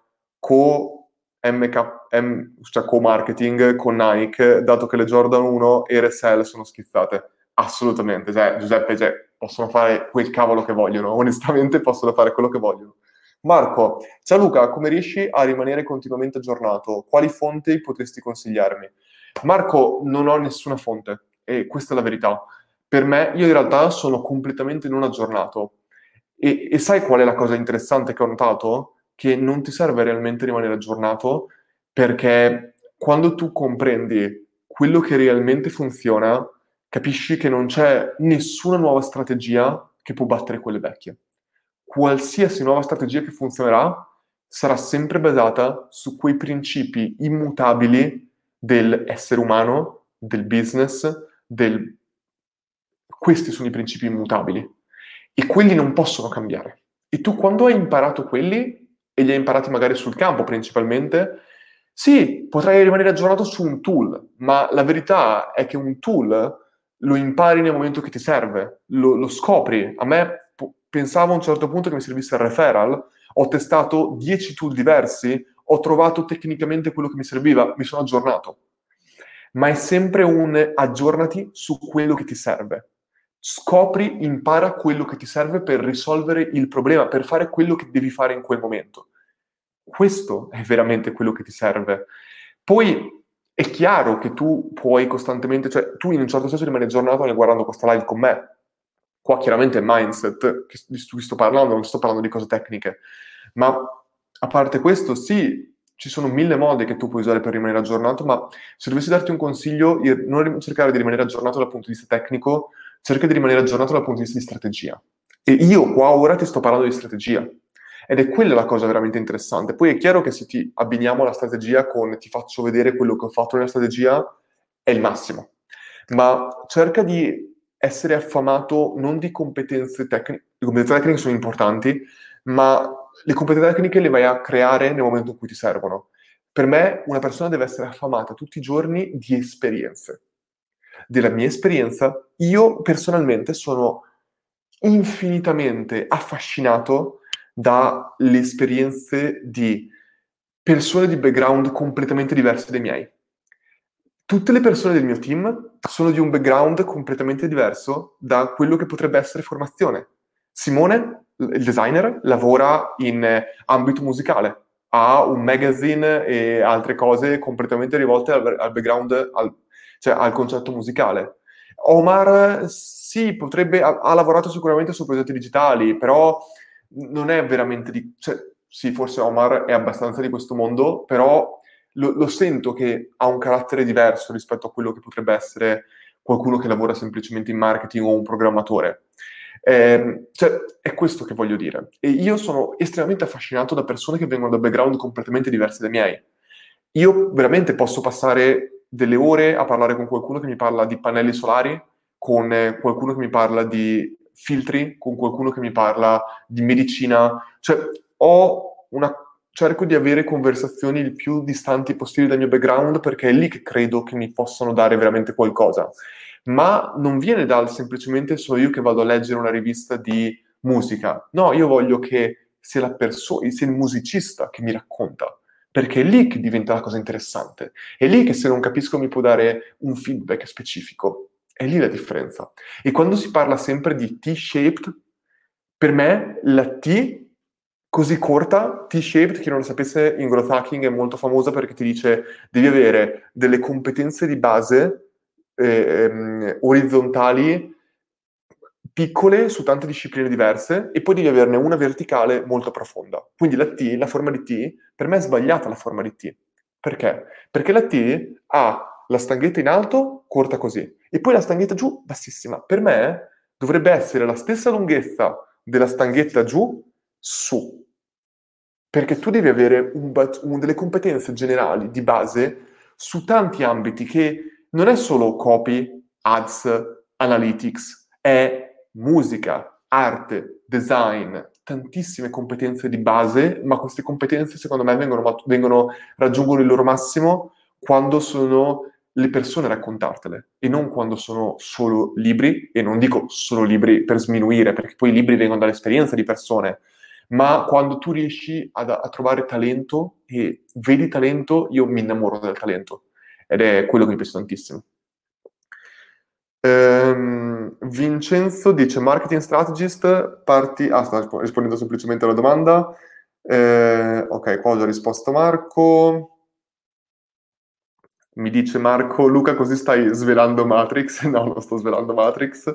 cioè co-marketing con Nike, dato che le Jordan 1 e RSL sono schizzate. Assolutamente, cioè, Giuseppe, cioè, possono fare quel cavolo che vogliono, onestamente possono fare quello che vogliono. Marco, ciao Luca, come riesci a rimanere continuamente aggiornato? Quali fonti potresti consigliarmi? Marco, non ho nessuna fonte e questa è la verità. Per me, io in realtà sono completamente non aggiornato. E sai qual è la cosa interessante che ho notato? Che non ti serve realmente rimanere aggiornato perché quando tu comprendi quello che realmente funziona, capisci che non c'è nessuna nuova strategia che può battere quelle vecchie. Qualsiasi nuova strategia che funzionerà sarà sempre basata su quei principi immutabili dell'essere umano, del business, del... Questi sono i principi immutabili e quelli non possono cambiare. E tu quando hai imparato quelli, e li hai imparati magari sul campo principalmente, sì, potrai rimanere aggiornato su un tool, ma la verità è che un tool lo impari nel momento che ti serve, lo scopri. A me pensavo a un certo punto che mi servisse il referral, ho testato 10 tool diversi, ho trovato tecnicamente quello che mi serviva, mi sono aggiornato. Ma è sempre un aggiornati su quello che ti serve. Scopri, impara quello che ti serve per risolvere il problema, per fare quello che devi fare in quel momento. Questo è veramente quello che ti serve. Poi è chiaro che tu puoi costantemente, cioè tu in un certo senso rimani aggiornato anche guardando questa live con me. Qua chiaramente è mindset di cui sto parlando, non sto parlando di cose tecniche, ma a parte questo, sì, ci sono 1000 modi che tu puoi usare per rimanere aggiornato, ma se dovessi darti un consiglio, non cercare di rimanere aggiornato dal punto di vista tecnico, cerca di rimanere aggiornato dal punto di vista di strategia. E io qua ora ti sto parlando di strategia. Ed è quella la cosa veramente interessante. Poi è chiaro che se ti abbiniamo la strategia con ti faccio vedere quello che ho fatto nella strategia, è il massimo. Ma cerca di essere affamato non di competenze tecniche. Le competenze tecniche sono importanti, ma le competenze tecniche le vai a creare nel momento in cui ti servono. Per me una persona deve essere affamata tutti i giorni di esperienze. Della mia esperienza, io personalmente sono infinitamente affascinato dalle esperienze di persone di background completamente diversi dai miei. Tutte le persone del mio team sono di un background completamente diverso da quello che potrebbe essere formazione. Simone, il designer, lavora in ambito musicale, ha un magazine e altre cose completamente rivolte al background, cioè al concetto musicale. Omar, sì, ha lavorato sicuramente su progetti digitali, però non è veramente cioè, sì, forse Omar è abbastanza di questo mondo, però lo sento che ha un carattere diverso rispetto a quello che potrebbe essere qualcuno che lavora semplicemente in marketing o un programmatore. Cioè, è questo che voglio dire. E io sono estremamente affascinato da persone che vengono da background completamente diversi dai miei. Io veramente posso passare delle ore a parlare con qualcuno che mi parla di pannelli solari, con qualcuno che mi parla di filtri, con qualcuno che mi parla di medicina. Cioè, cerco di avere conversazioni il più distanti possibile dal mio background perché è lì che credo che mi possano dare veramente qualcosa. Ma non viene dal semplicemente sono io che vado a leggere una rivista di musica. No, io voglio che sia sia il musicista che mi racconta, perché è lì che diventa la cosa interessante. È lì che se non capisco mi può dare un feedback specifico. È lì la differenza. E quando si parla sempre di T-shaped, per me la T così corta, T-shaped, chi non lo sapesse, in growth hacking è molto famosa perché ti dice devi avere delle competenze di base orizzontali piccole su tante discipline diverse e poi devi averne una verticale molto profonda. Quindi la T, la forma di T, per me è sbagliata la forma di T. Perché? Perché la T ha la stanghetta in alto, corta così, e poi la stanghetta giù, bassissima. Per me dovrebbe essere la stessa lunghezza della stanghetta giù, su. Perché tu devi avere delle competenze generali di base su tanti ambiti che non è solo copy, ads, analytics, è musica, arte, design, tantissime competenze di base, ma queste competenze secondo me raggiungono il loro massimo quando sono le persone a raccontartele e non quando sono solo libri, e non dico solo libri per sminuire, perché poi i libri vengono dall'esperienza di persone, ma quando tu riesci a trovare talento e vedi talento, io mi innamoro del talento ed è quello che mi piace tantissimo. Vincenzo dice marketing strategist, parti... Ah, sta rispondendo semplicemente alla domanda. Ok, qua ho già risposto Marco. Mi dice Marco, Luca, così stai svelando Matrix? No, non sto svelando Matrix.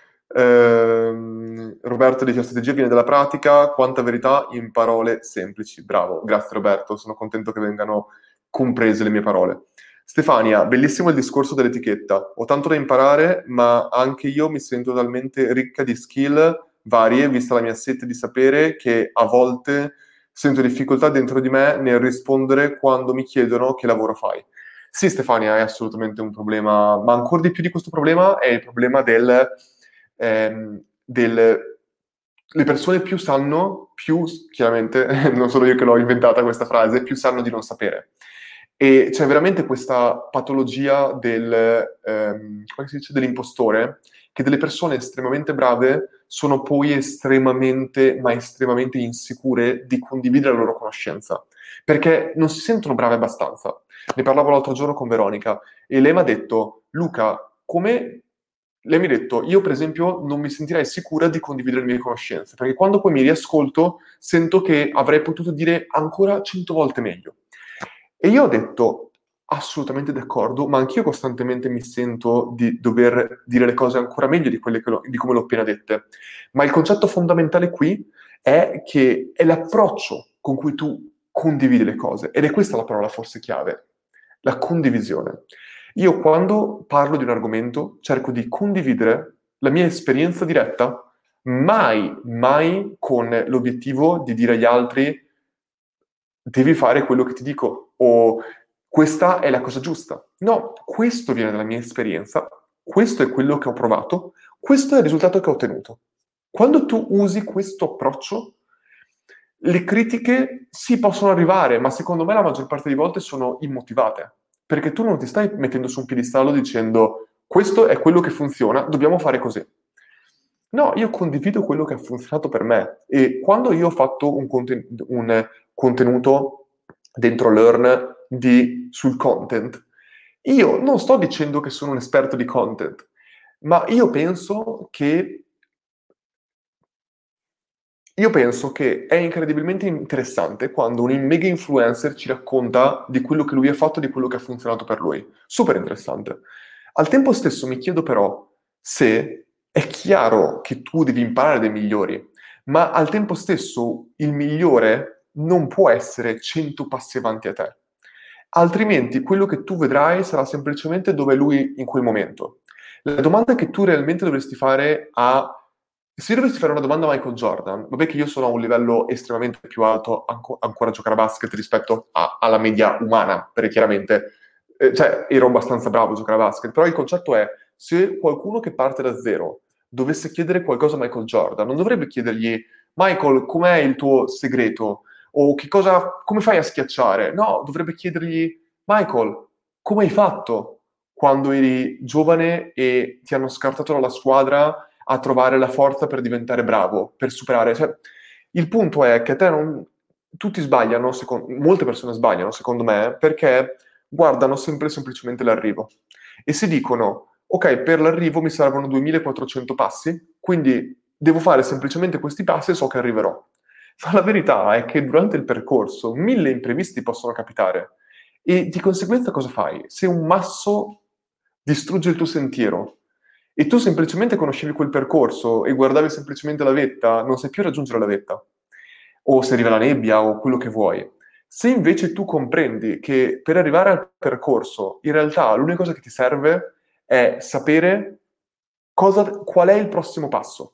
Roberto dice, la strategia viene dalla pratica, quanta verità in parole semplici. Bravo, grazie Roberto, sono contento che vengano comprese le mie parole. Stefania, bellissimo il discorso dell'etichetta. Ho tanto da imparare, ma anche io mi sento talmente ricca di skill varie, vista la mia sete di sapere, che a volte sento difficoltà dentro di me nel rispondere quando mi chiedono che lavoro fai. Sì, Stefania, è assolutamente un problema, ma ancora di più di questo problema è il problema le persone più sanno, più, chiaramente, non sono io che l'ho inventata questa frase, più sanno di non sapere. E c'è veramente questa patologia come si dice, dell'impostore, che delle persone estremamente brave sono poi estremamente, ma estremamente insicure di condividere la loro conoscenza, perché non si sentono brave abbastanza. Ne parlavo l'altro giorno con Veronica e lei mi ha detto, Luca, come... Lei mi ha detto, io per esempio non mi sentirei sicura di condividere le mie conoscenze, perché quando poi mi riascolto sento che avrei potuto dire ancora 100 volte meglio. E io ho detto, assolutamente d'accordo, ma anch'io costantemente mi sento di dover dire le cose ancora meglio di di come l'ho appena dette. Ma il concetto fondamentale qui è che è l'approccio con cui tu condividi le cose, ed è questa la parola forse chiave, la condivisione. Io quando parlo di un argomento cerco di condividere la mia esperienza diretta, mai, mai con l'obiettivo di dire agli altri devi fare quello che ti dico o questa è la cosa giusta. No, questo viene dalla mia esperienza, questo è quello che ho provato, questo è il risultato che ho ottenuto. Quando tu usi questo approccio, le critiche sì possono arrivare, ma secondo me la maggior parte delle volte sono immotivate, perché tu non ti stai mettendo su un piedistallo dicendo questo è quello che funziona, dobbiamo fare così. No, io condivido quello che ha funzionato per me e quando io ho fatto un contenuto dentro Learn sul content, io non sto dicendo che sono un esperto di content, ma io penso che è incredibilmente interessante quando un mega influencer ci racconta di quello che lui ha fatto e di quello che ha funzionato per lui. Super interessante. Al tempo stesso mi chiedo però se è chiaro che tu devi imparare dai migliori, ma al tempo stesso il migliore non può essere 100 passi avanti a te. Altrimenti quello che tu vedrai sarà semplicemente dove è lui in quel momento. La domanda che tu realmente dovresti fare a... Se dovresti fare una domanda a Michael Jordan, vabbè che io sono a un livello estremamente più alto ancora a giocare a basket rispetto alla media umana, perché chiaramente cioè, ero abbastanza bravo a giocare a basket, però il concetto è, se qualcuno che parte da zero dovesse chiedere qualcosa a Michael Jordan, non dovrebbe chiedergli, Michael, com'è il tuo segreto? O come fai a schiacciare? No, dovrebbe chiedergli, Michael, come hai fatto quando eri giovane e ti hanno scartato dalla squadra a trovare la forza per diventare bravo, per superare? Cioè, il punto è che a te non... Tutti sbagliano, molte persone sbagliano, secondo me, perché guardano sempre semplicemente l'arrivo e si dicono, ok, per l'arrivo mi servono 2400 passi, quindi devo fare semplicemente questi passi e so che arriverò. Ma la verità è che durante il percorso 1000 imprevisti possono capitare e di conseguenza cosa fai? Se un masso distrugge il tuo sentiero e tu semplicemente conoscevi quel percorso e guardavi semplicemente la vetta, non sai più raggiungere la vetta. O se arriva la nebbia o quello che vuoi. Se invece tu comprendi che per arrivare al percorso, in realtà l'unica cosa che ti serve è sapere qual è il prossimo passo.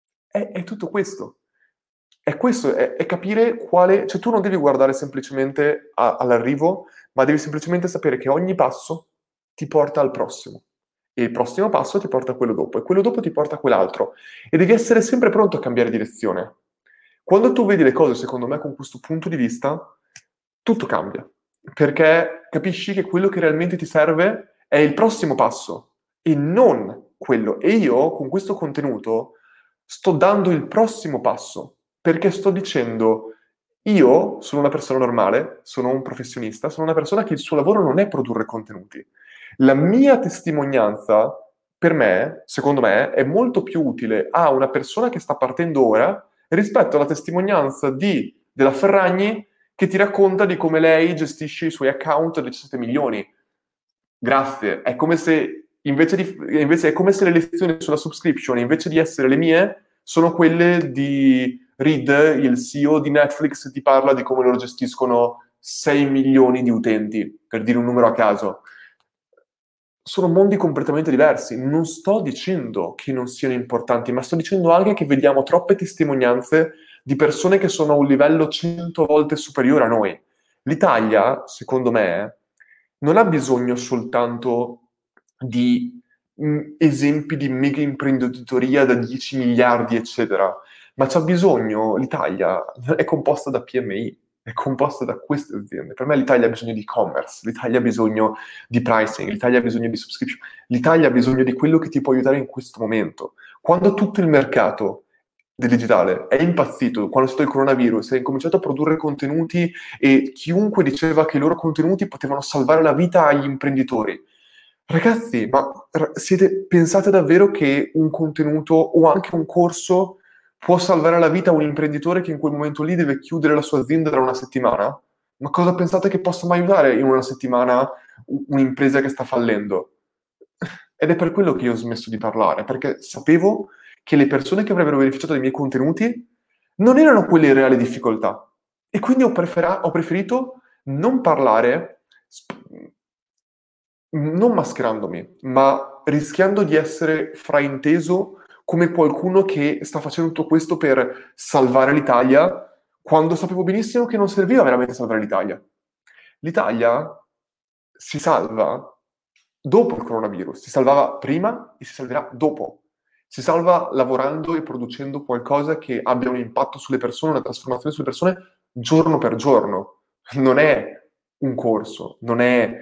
È tutto questo. È questo, è capire quale... Cioè tu non devi guardare semplicemente all'arrivo, ma devi semplicemente sapere che ogni passo ti porta al prossimo. E il prossimo passo ti porta a quello dopo, e quello dopo ti porta a quell'altro. E devi essere sempre pronto a cambiare direzione. Quando tu vedi le cose, secondo me, con questo punto di vista, tutto cambia. Perché capisci che quello che realmente ti serve è il prossimo passo e non quello. E io, con questo contenuto, sto dando il prossimo passo perché sto dicendo, io sono una persona normale, sono un professionista, sono una persona che il suo lavoro non è produrre contenuti. La mia testimonianza, per me, secondo me, è molto più utile a una persona che sta partendo ora rispetto alla testimonianza della Ferragni che ti racconta di come lei gestisce i suoi account a 17 milioni. Grazie. È come se invece è come se le lezioni sulla subscription, invece di essere le mie, sono quelle di Reed, il CEO di Netflix, ti parla di come loro gestiscono 6 milioni di utenti, per dire un numero a caso. Sono mondi completamente diversi. Non sto dicendo che non siano importanti, ma sto dicendo anche che vediamo troppe testimonianze di persone che sono a un livello 100 volte superiore a noi. L'Italia, secondo me, non ha bisogno soltanto di esempi di mega imprenditoria da 10 miliardi, eccetera, ma c'ha bisogno, l'Italia è composta da PMI, è composta da queste aziende. Per me l'Italia ha bisogno di e-commerce, l'Italia ha bisogno di pricing, l'Italia ha bisogno di subscription, l'Italia ha bisogno di quello che ti può aiutare in questo momento. Quando tutto il mercato del digitale è impazzito, quando è stato il coronavirus, è incominciato a produrre contenuti e chiunque diceva che i loro contenuti potevano salvare la vita agli imprenditori. Ragazzi, ma pensate davvero che un contenuto o anche un corso può salvare la vita a un imprenditore che in quel momento lì deve chiudere la sua azienda tra una settimana? Ma cosa pensate che possa mai aiutare in una settimana un'impresa che sta fallendo? Ed è per quello che io ho smesso di parlare, perché sapevo che le persone che avrebbero beneficiato dei miei contenuti non erano quelle in reale difficoltà. E quindi ho preferito non parlare, non mascherandomi, ma rischiando di essere frainteso come qualcuno che sta facendo tutto questo per salvare l'Italia, quando sapevo benissimo che non serviva veramente salvare l'Italia. L'Italia si salva dopo il coronavirus, si salvava prima e si salverà dopo. Si salva lavorando e producendo qualcosa che abbia un impatto sulle persone, una trasformazione sulle persone giorno per giorno. Non è un corso, non è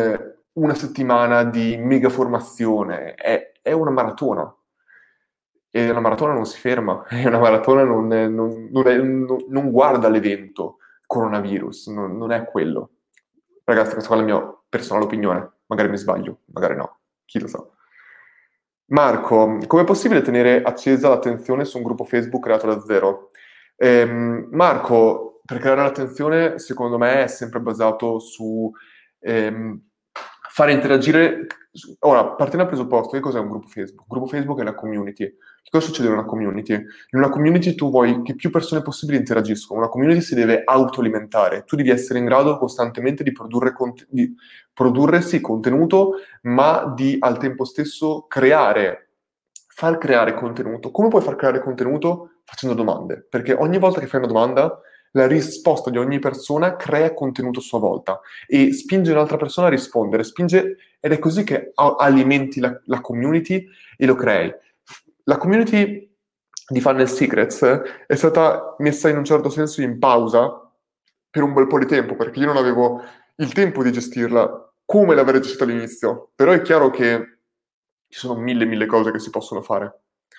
una settimana di mega formazione, è una maratona. E una maratona non si ferma, e una maratona non guarda l'evento coronavirus, non è quello. Ragazzi, questa qua è la mia personale opinione, magari mi sbaglio, magari no, chi lo sa. Marco, com'è possibile tenere accesa l'attenzione su un gruppo Facebook creato da zero? Marco, per creare l'attenzione, secondo me, è sempre basato su ehm, fare interagire. Ora, partendo dal presupposto, che cos'è un gruppo Facebook? Un gruppo Facebook è una community. Che cosa succede in una community? In una community tu vuoi che più persone possibili interagiscono. Una community si deve autoalimentare. Tu devi essere in grado costantemente di produrre sì, contenuto, ma di al tempo stesso far creare contenuto. Come puoi far creare contenuto? Facendo domande, perché ogni volta che fai una domanda, la risposta di ogni persona crea contenuto a sua volta e spinge un'altra persona a rispondere, ed è così che alimenti la community e lo crei. La community di Funnel Secrets è stata messa in un certo senso in pausa per un bel po' di tempo, perché io non avevo il tempo di gestirla come l'avrei gestita all'inizio, però è chiaro che ci sono mille cose che si possono fare.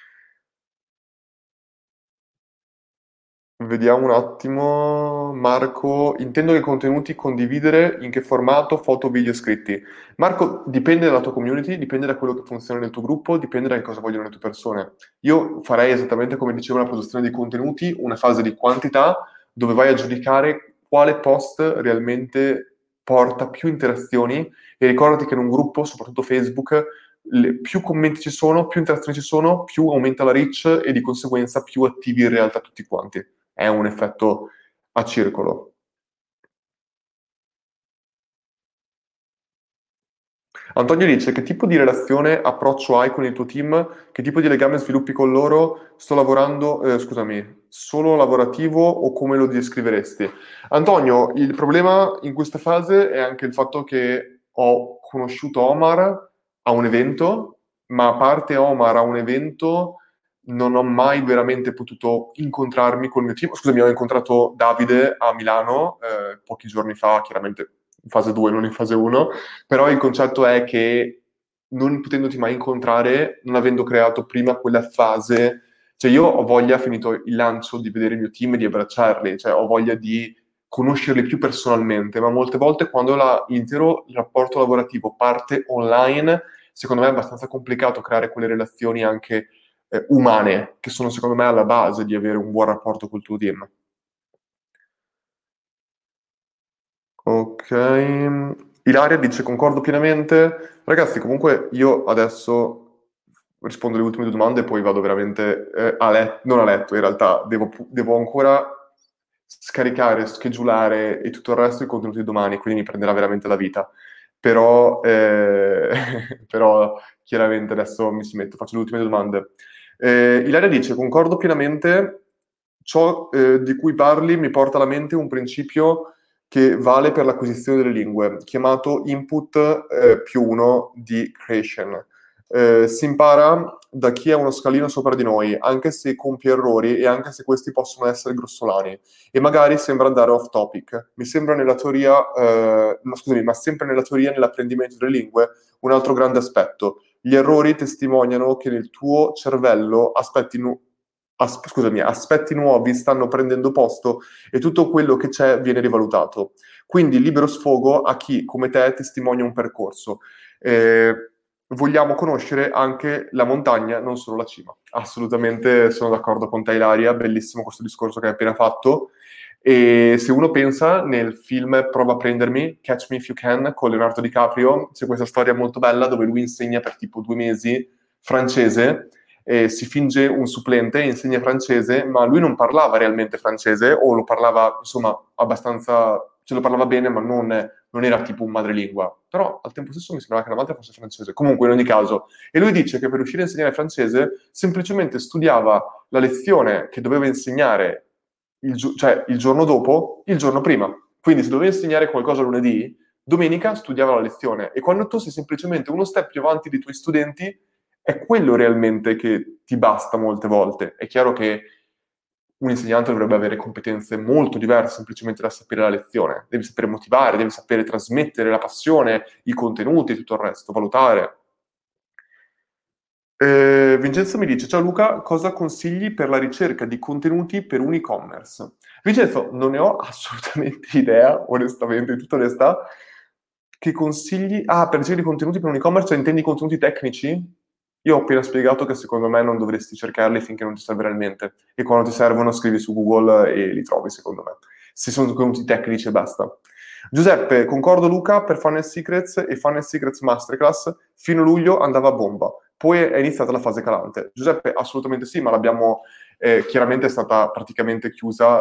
Vediamo un attimo, Marco. Intendo che contenuti condividere, in che formato, foto, video, scritti. Marco, dipende dalla tua community, dipende da quello che funziona nel tuo gruppo, dipende da che cosa vogliono le tue persone. Io farei esattamente come dicevo la produzione di contenuti, una fase di quantità dove vai a giudicare quale post realmente porta più interazioni e ricordati che in un gruppo, soprattutto Facebook, più commenti ci sono, più interazioni ci sono, più aumenta la reach e di conseguenza più attivi in realtà tutti quanti. È un effetto a circolo. Antonio dice: che tipo di relazione, approccio hai con il tuo team? Che tipo di legame sviluppi con loro? Sto lavorando, scusami, solo lavorativo o come lo descriveresti? Antonio, il problema in questa fase è anche il fatto che ho conosciuto Omar a un evento, ma a parte Omar a un evento non ho mai veramente potuto incontrarmi col mio team. Scusami, ho incontrato Davide a Milano pochi giorni fa, chiaramente in fase 2, non in fase 1, però il concetto è che non potendoti mai incontrare, non avendo creato prima quella fase, cioè io ho voglia, finito il lancio, di vedere il mio team e di abbracciarli, cioè ho voglia di conoscerli più personalmente, ma molte volte quando l'intero rapporto lavorativo parte online, secondo me è abbastanza complicato creare quelle relazioni anche umane, che sono secondo me alla base di avere un buon rapporto col tuo team. Ok. Ilaria dice concordo pienamente. Ragazzi, comunque io adesso rispondo alle ultime due domande e poi vado veramente a letto, non a letto, in realtà devo ancora scaricare, schedulare e tutto il resto i contenuti di domani, quindi mi prenderà veramente la vita. Però, però chiaramente adesso mi si metto, faccio le ultime domande. Ilaria dice, concordo pienamente, ciò di cui parli mi porta alla mente un principio che vale per l'acquisizione delle lingue, chiamato input più uno di creation. Si impara da chi è uno scalino sopra di noi, anche se compie errori e anche se questi possono essere grossolani. E magari sembra andare off topic. Mi sembra nella teoria, scusami, ma sempre nella teoria, nell'apprendimento delle lingue, un altro grande aspetto. Gli errori testimoniano che nel tuo cervello aspetti nuovi stanno prendendo posto e tutto quello che c'è viene rivalutato. Quindi libero sfogo a chi, come te, testimonia un percorso. Eh, Vogliamo conoscere anche la montagna, non solo la cima. Assolutamente sono d'accordo con te, Ilaria, bellissimo questo discorso che hai appena fatto. E se uno pensa nel film Prova a prendermi, Catch Me If You Can, con Leonardo DiCaprio, c'è questa storia molto bella dove lui insegna per tipo 2 mesi francese, e si finge un supplente e insegna francese, ma lui non parlava realmente francese, o lo parlava, insomma, abbastanza, ce lo parlava bene, ma non era tipo un madrelingua. Però al tempo stesso mi sembrava che la madre fosse francese. Comunque, in ogni caso. E lui dice che per riuscire a insegnare francese, semplicemente studiava la lezione che doveva insegnare cioè il giorno dopo, il giorno prima. Quindi se doveva insegnare qualcosa lunedì, domenica studiava la lezione. E quando tu sei semplicemente uno step più avanti dei tuoi studenti, è quello realmente che ti basta molte volte. È chiaro che un insegnante dovrebbe avere competenze molto diverse semplicemente da sapere la lezione. Devi sapere motivare, devi sapere trasmettere la passione, i contenuti e tutto il resto, valutare. Vincenzo mi dice: ciao Luca, cosa consigli per la ricerca di contenuti per un e-commerce? Vincenzo, non ne ho assolutamente idea, onestamente, in tutta onestà. Che consigli? Ah, per ricerca di contenuti per un e-commerce, cioè intendi contenuti tecnici? Io ho appena spiegato che secondo me non dovresti cercarli finché non ti serve realmente. E quando ti servono scrivi su Google e li trovi, secondo me. Se sono contenuti tecnici e basta. Giuseppe, concordo Luca, per Funnel Secrets e Funnel Secrets Masterclass, fino a luglio andava a bomba. Poi è iniziata la fase calante. Giuseppe, assolutamente sì, ma l'abbiamo chiaramente è stata praticamente chiusa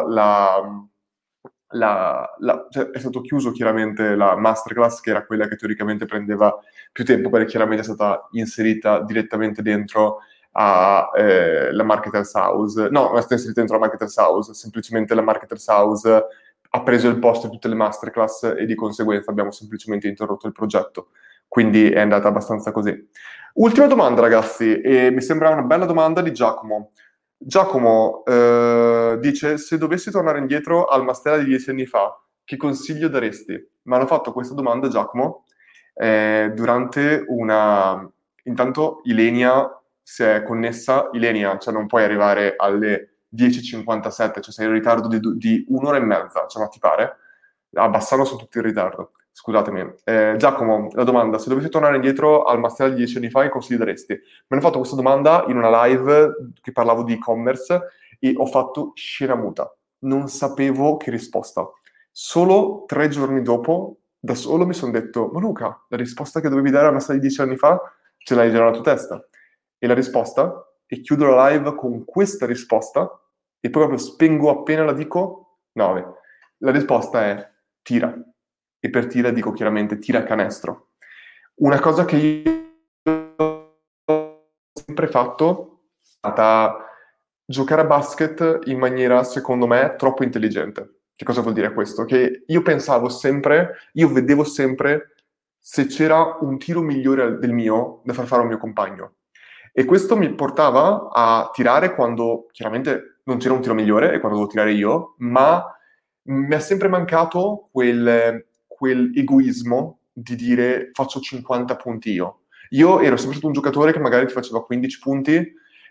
cioè, è stato chiuso chiaramente la masterclass, che era quella che teoricamente prendeva più tempo, perché chiaramente è stata inserita direttamente dentro la Marketers House. No, non è stata inserita dentro la Marketers House, semplicemente la Marketers House ha preso il posto di tutte le masterclass e di conseguenza abbiamo semplicemente interrotto il progetto. Quindi è andata abbastanza così. Ultima domanda, ragazzi, e mi sembra una bella domanda di Giacomo. Giacomo dice: se dovessi tornare indietro al Mastella di 10 anni fa, che consiglio daresti? Mi hanno fatto questa domanda, Giacomo, durante una... Intanto Ilenia si è connessa. Ilenia, cioè non puoi arrivare alle 10:57, cioè sei in ritardo di un'ora e mezza, cioè ma ti pare? A Bassano sono tutti in ritardo. Scusatemi. Giacomo, la domanda: se dovessi tornare indietro al Mastella di 10 anni fa, che consigli daresti? Mi hanno fatto questa domanda in una live che parlavo di e-commerce e ho fatto scena muta. Non sapevo che risposta. Solo 3 giorni dopo, da solo mi sono detto: ma Luca, la risposta che dovevi dare a Mastella di 10 anni fa ce l'hai già nella tua testa. E la risposta, e chiudo la live con questa risposta, e poi proprio spengo appena la dico, 9. La risposta è tira. E per tira dico chiaramente tira canestro. Una cosa che io ho sempre fatto è stata giocare a basket in maniera, secondo me, troppo intelligente. Che cosa vuol dire questo? Che io pensavo sempre, io vedevo sempre se c'era un tiro migliore del mio da far fare a un mio compagno. E questo mi portava a tirare quando chiaramente non c'era un tiro migliore e quando dovevo tirare io, ma mi è sempre mancato quel egoismo di dire faccio 50 punti io. Io ero sempre stato un giocatore che magari ti faceva 15 punti,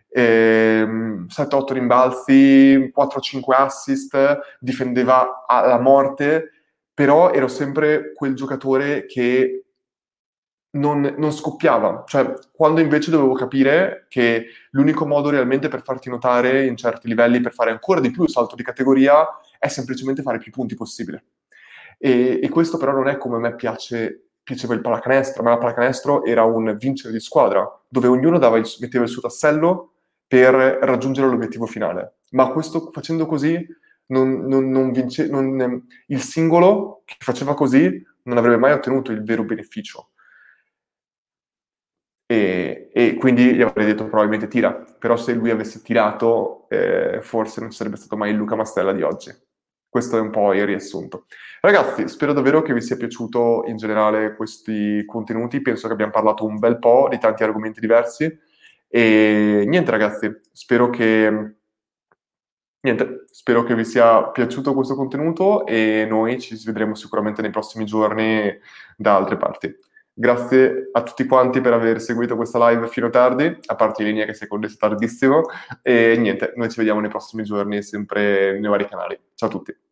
7-8 rimbalzi, 4-5 assist, difendeva alla morte, però ero sempre quel giocatore che non scoppiava. Cioè, quando invece dovevo capire che l'unico modo realmente per farti notare in certi livelli, per fare ancora di più il salto di categoria, è semplicemente fare più punti possibile. E questo però non è come a me piaceva il pallacanestro. Ma la pallacanestro era un vincere di squadra, dove ognuno metteva il suo tassello per raggiungere l'obiettivo finale. Ma facendo così, il singolo che faceva così non avrebbe mai ottenuto il vero beneficio. E quindi gli avrei detto probabilmente tira, però se lui avesse tirato forse non ci sarebbe stato mai il Luca Mastella di oggi. Questo è un po' il riassunto. Ragazzi, spero davvero che vi sia piaciuto in generale questi contenuti, penso che abbiamo parlato un bel po' di tanti argomenti diversi e niente ragazzi, spero che vi sia piaciuto questo contenuto e noi ci vedremo sicuramente nei prossimi giorni da altre parti. Grazie a tutti quanti per aver seguito questa live fino a tardi, a parte Linea che si è connessa tardissimo. E niente, noi ci vediamo nei prossimi giorni sempre nei vari canali. Ciao a tutti.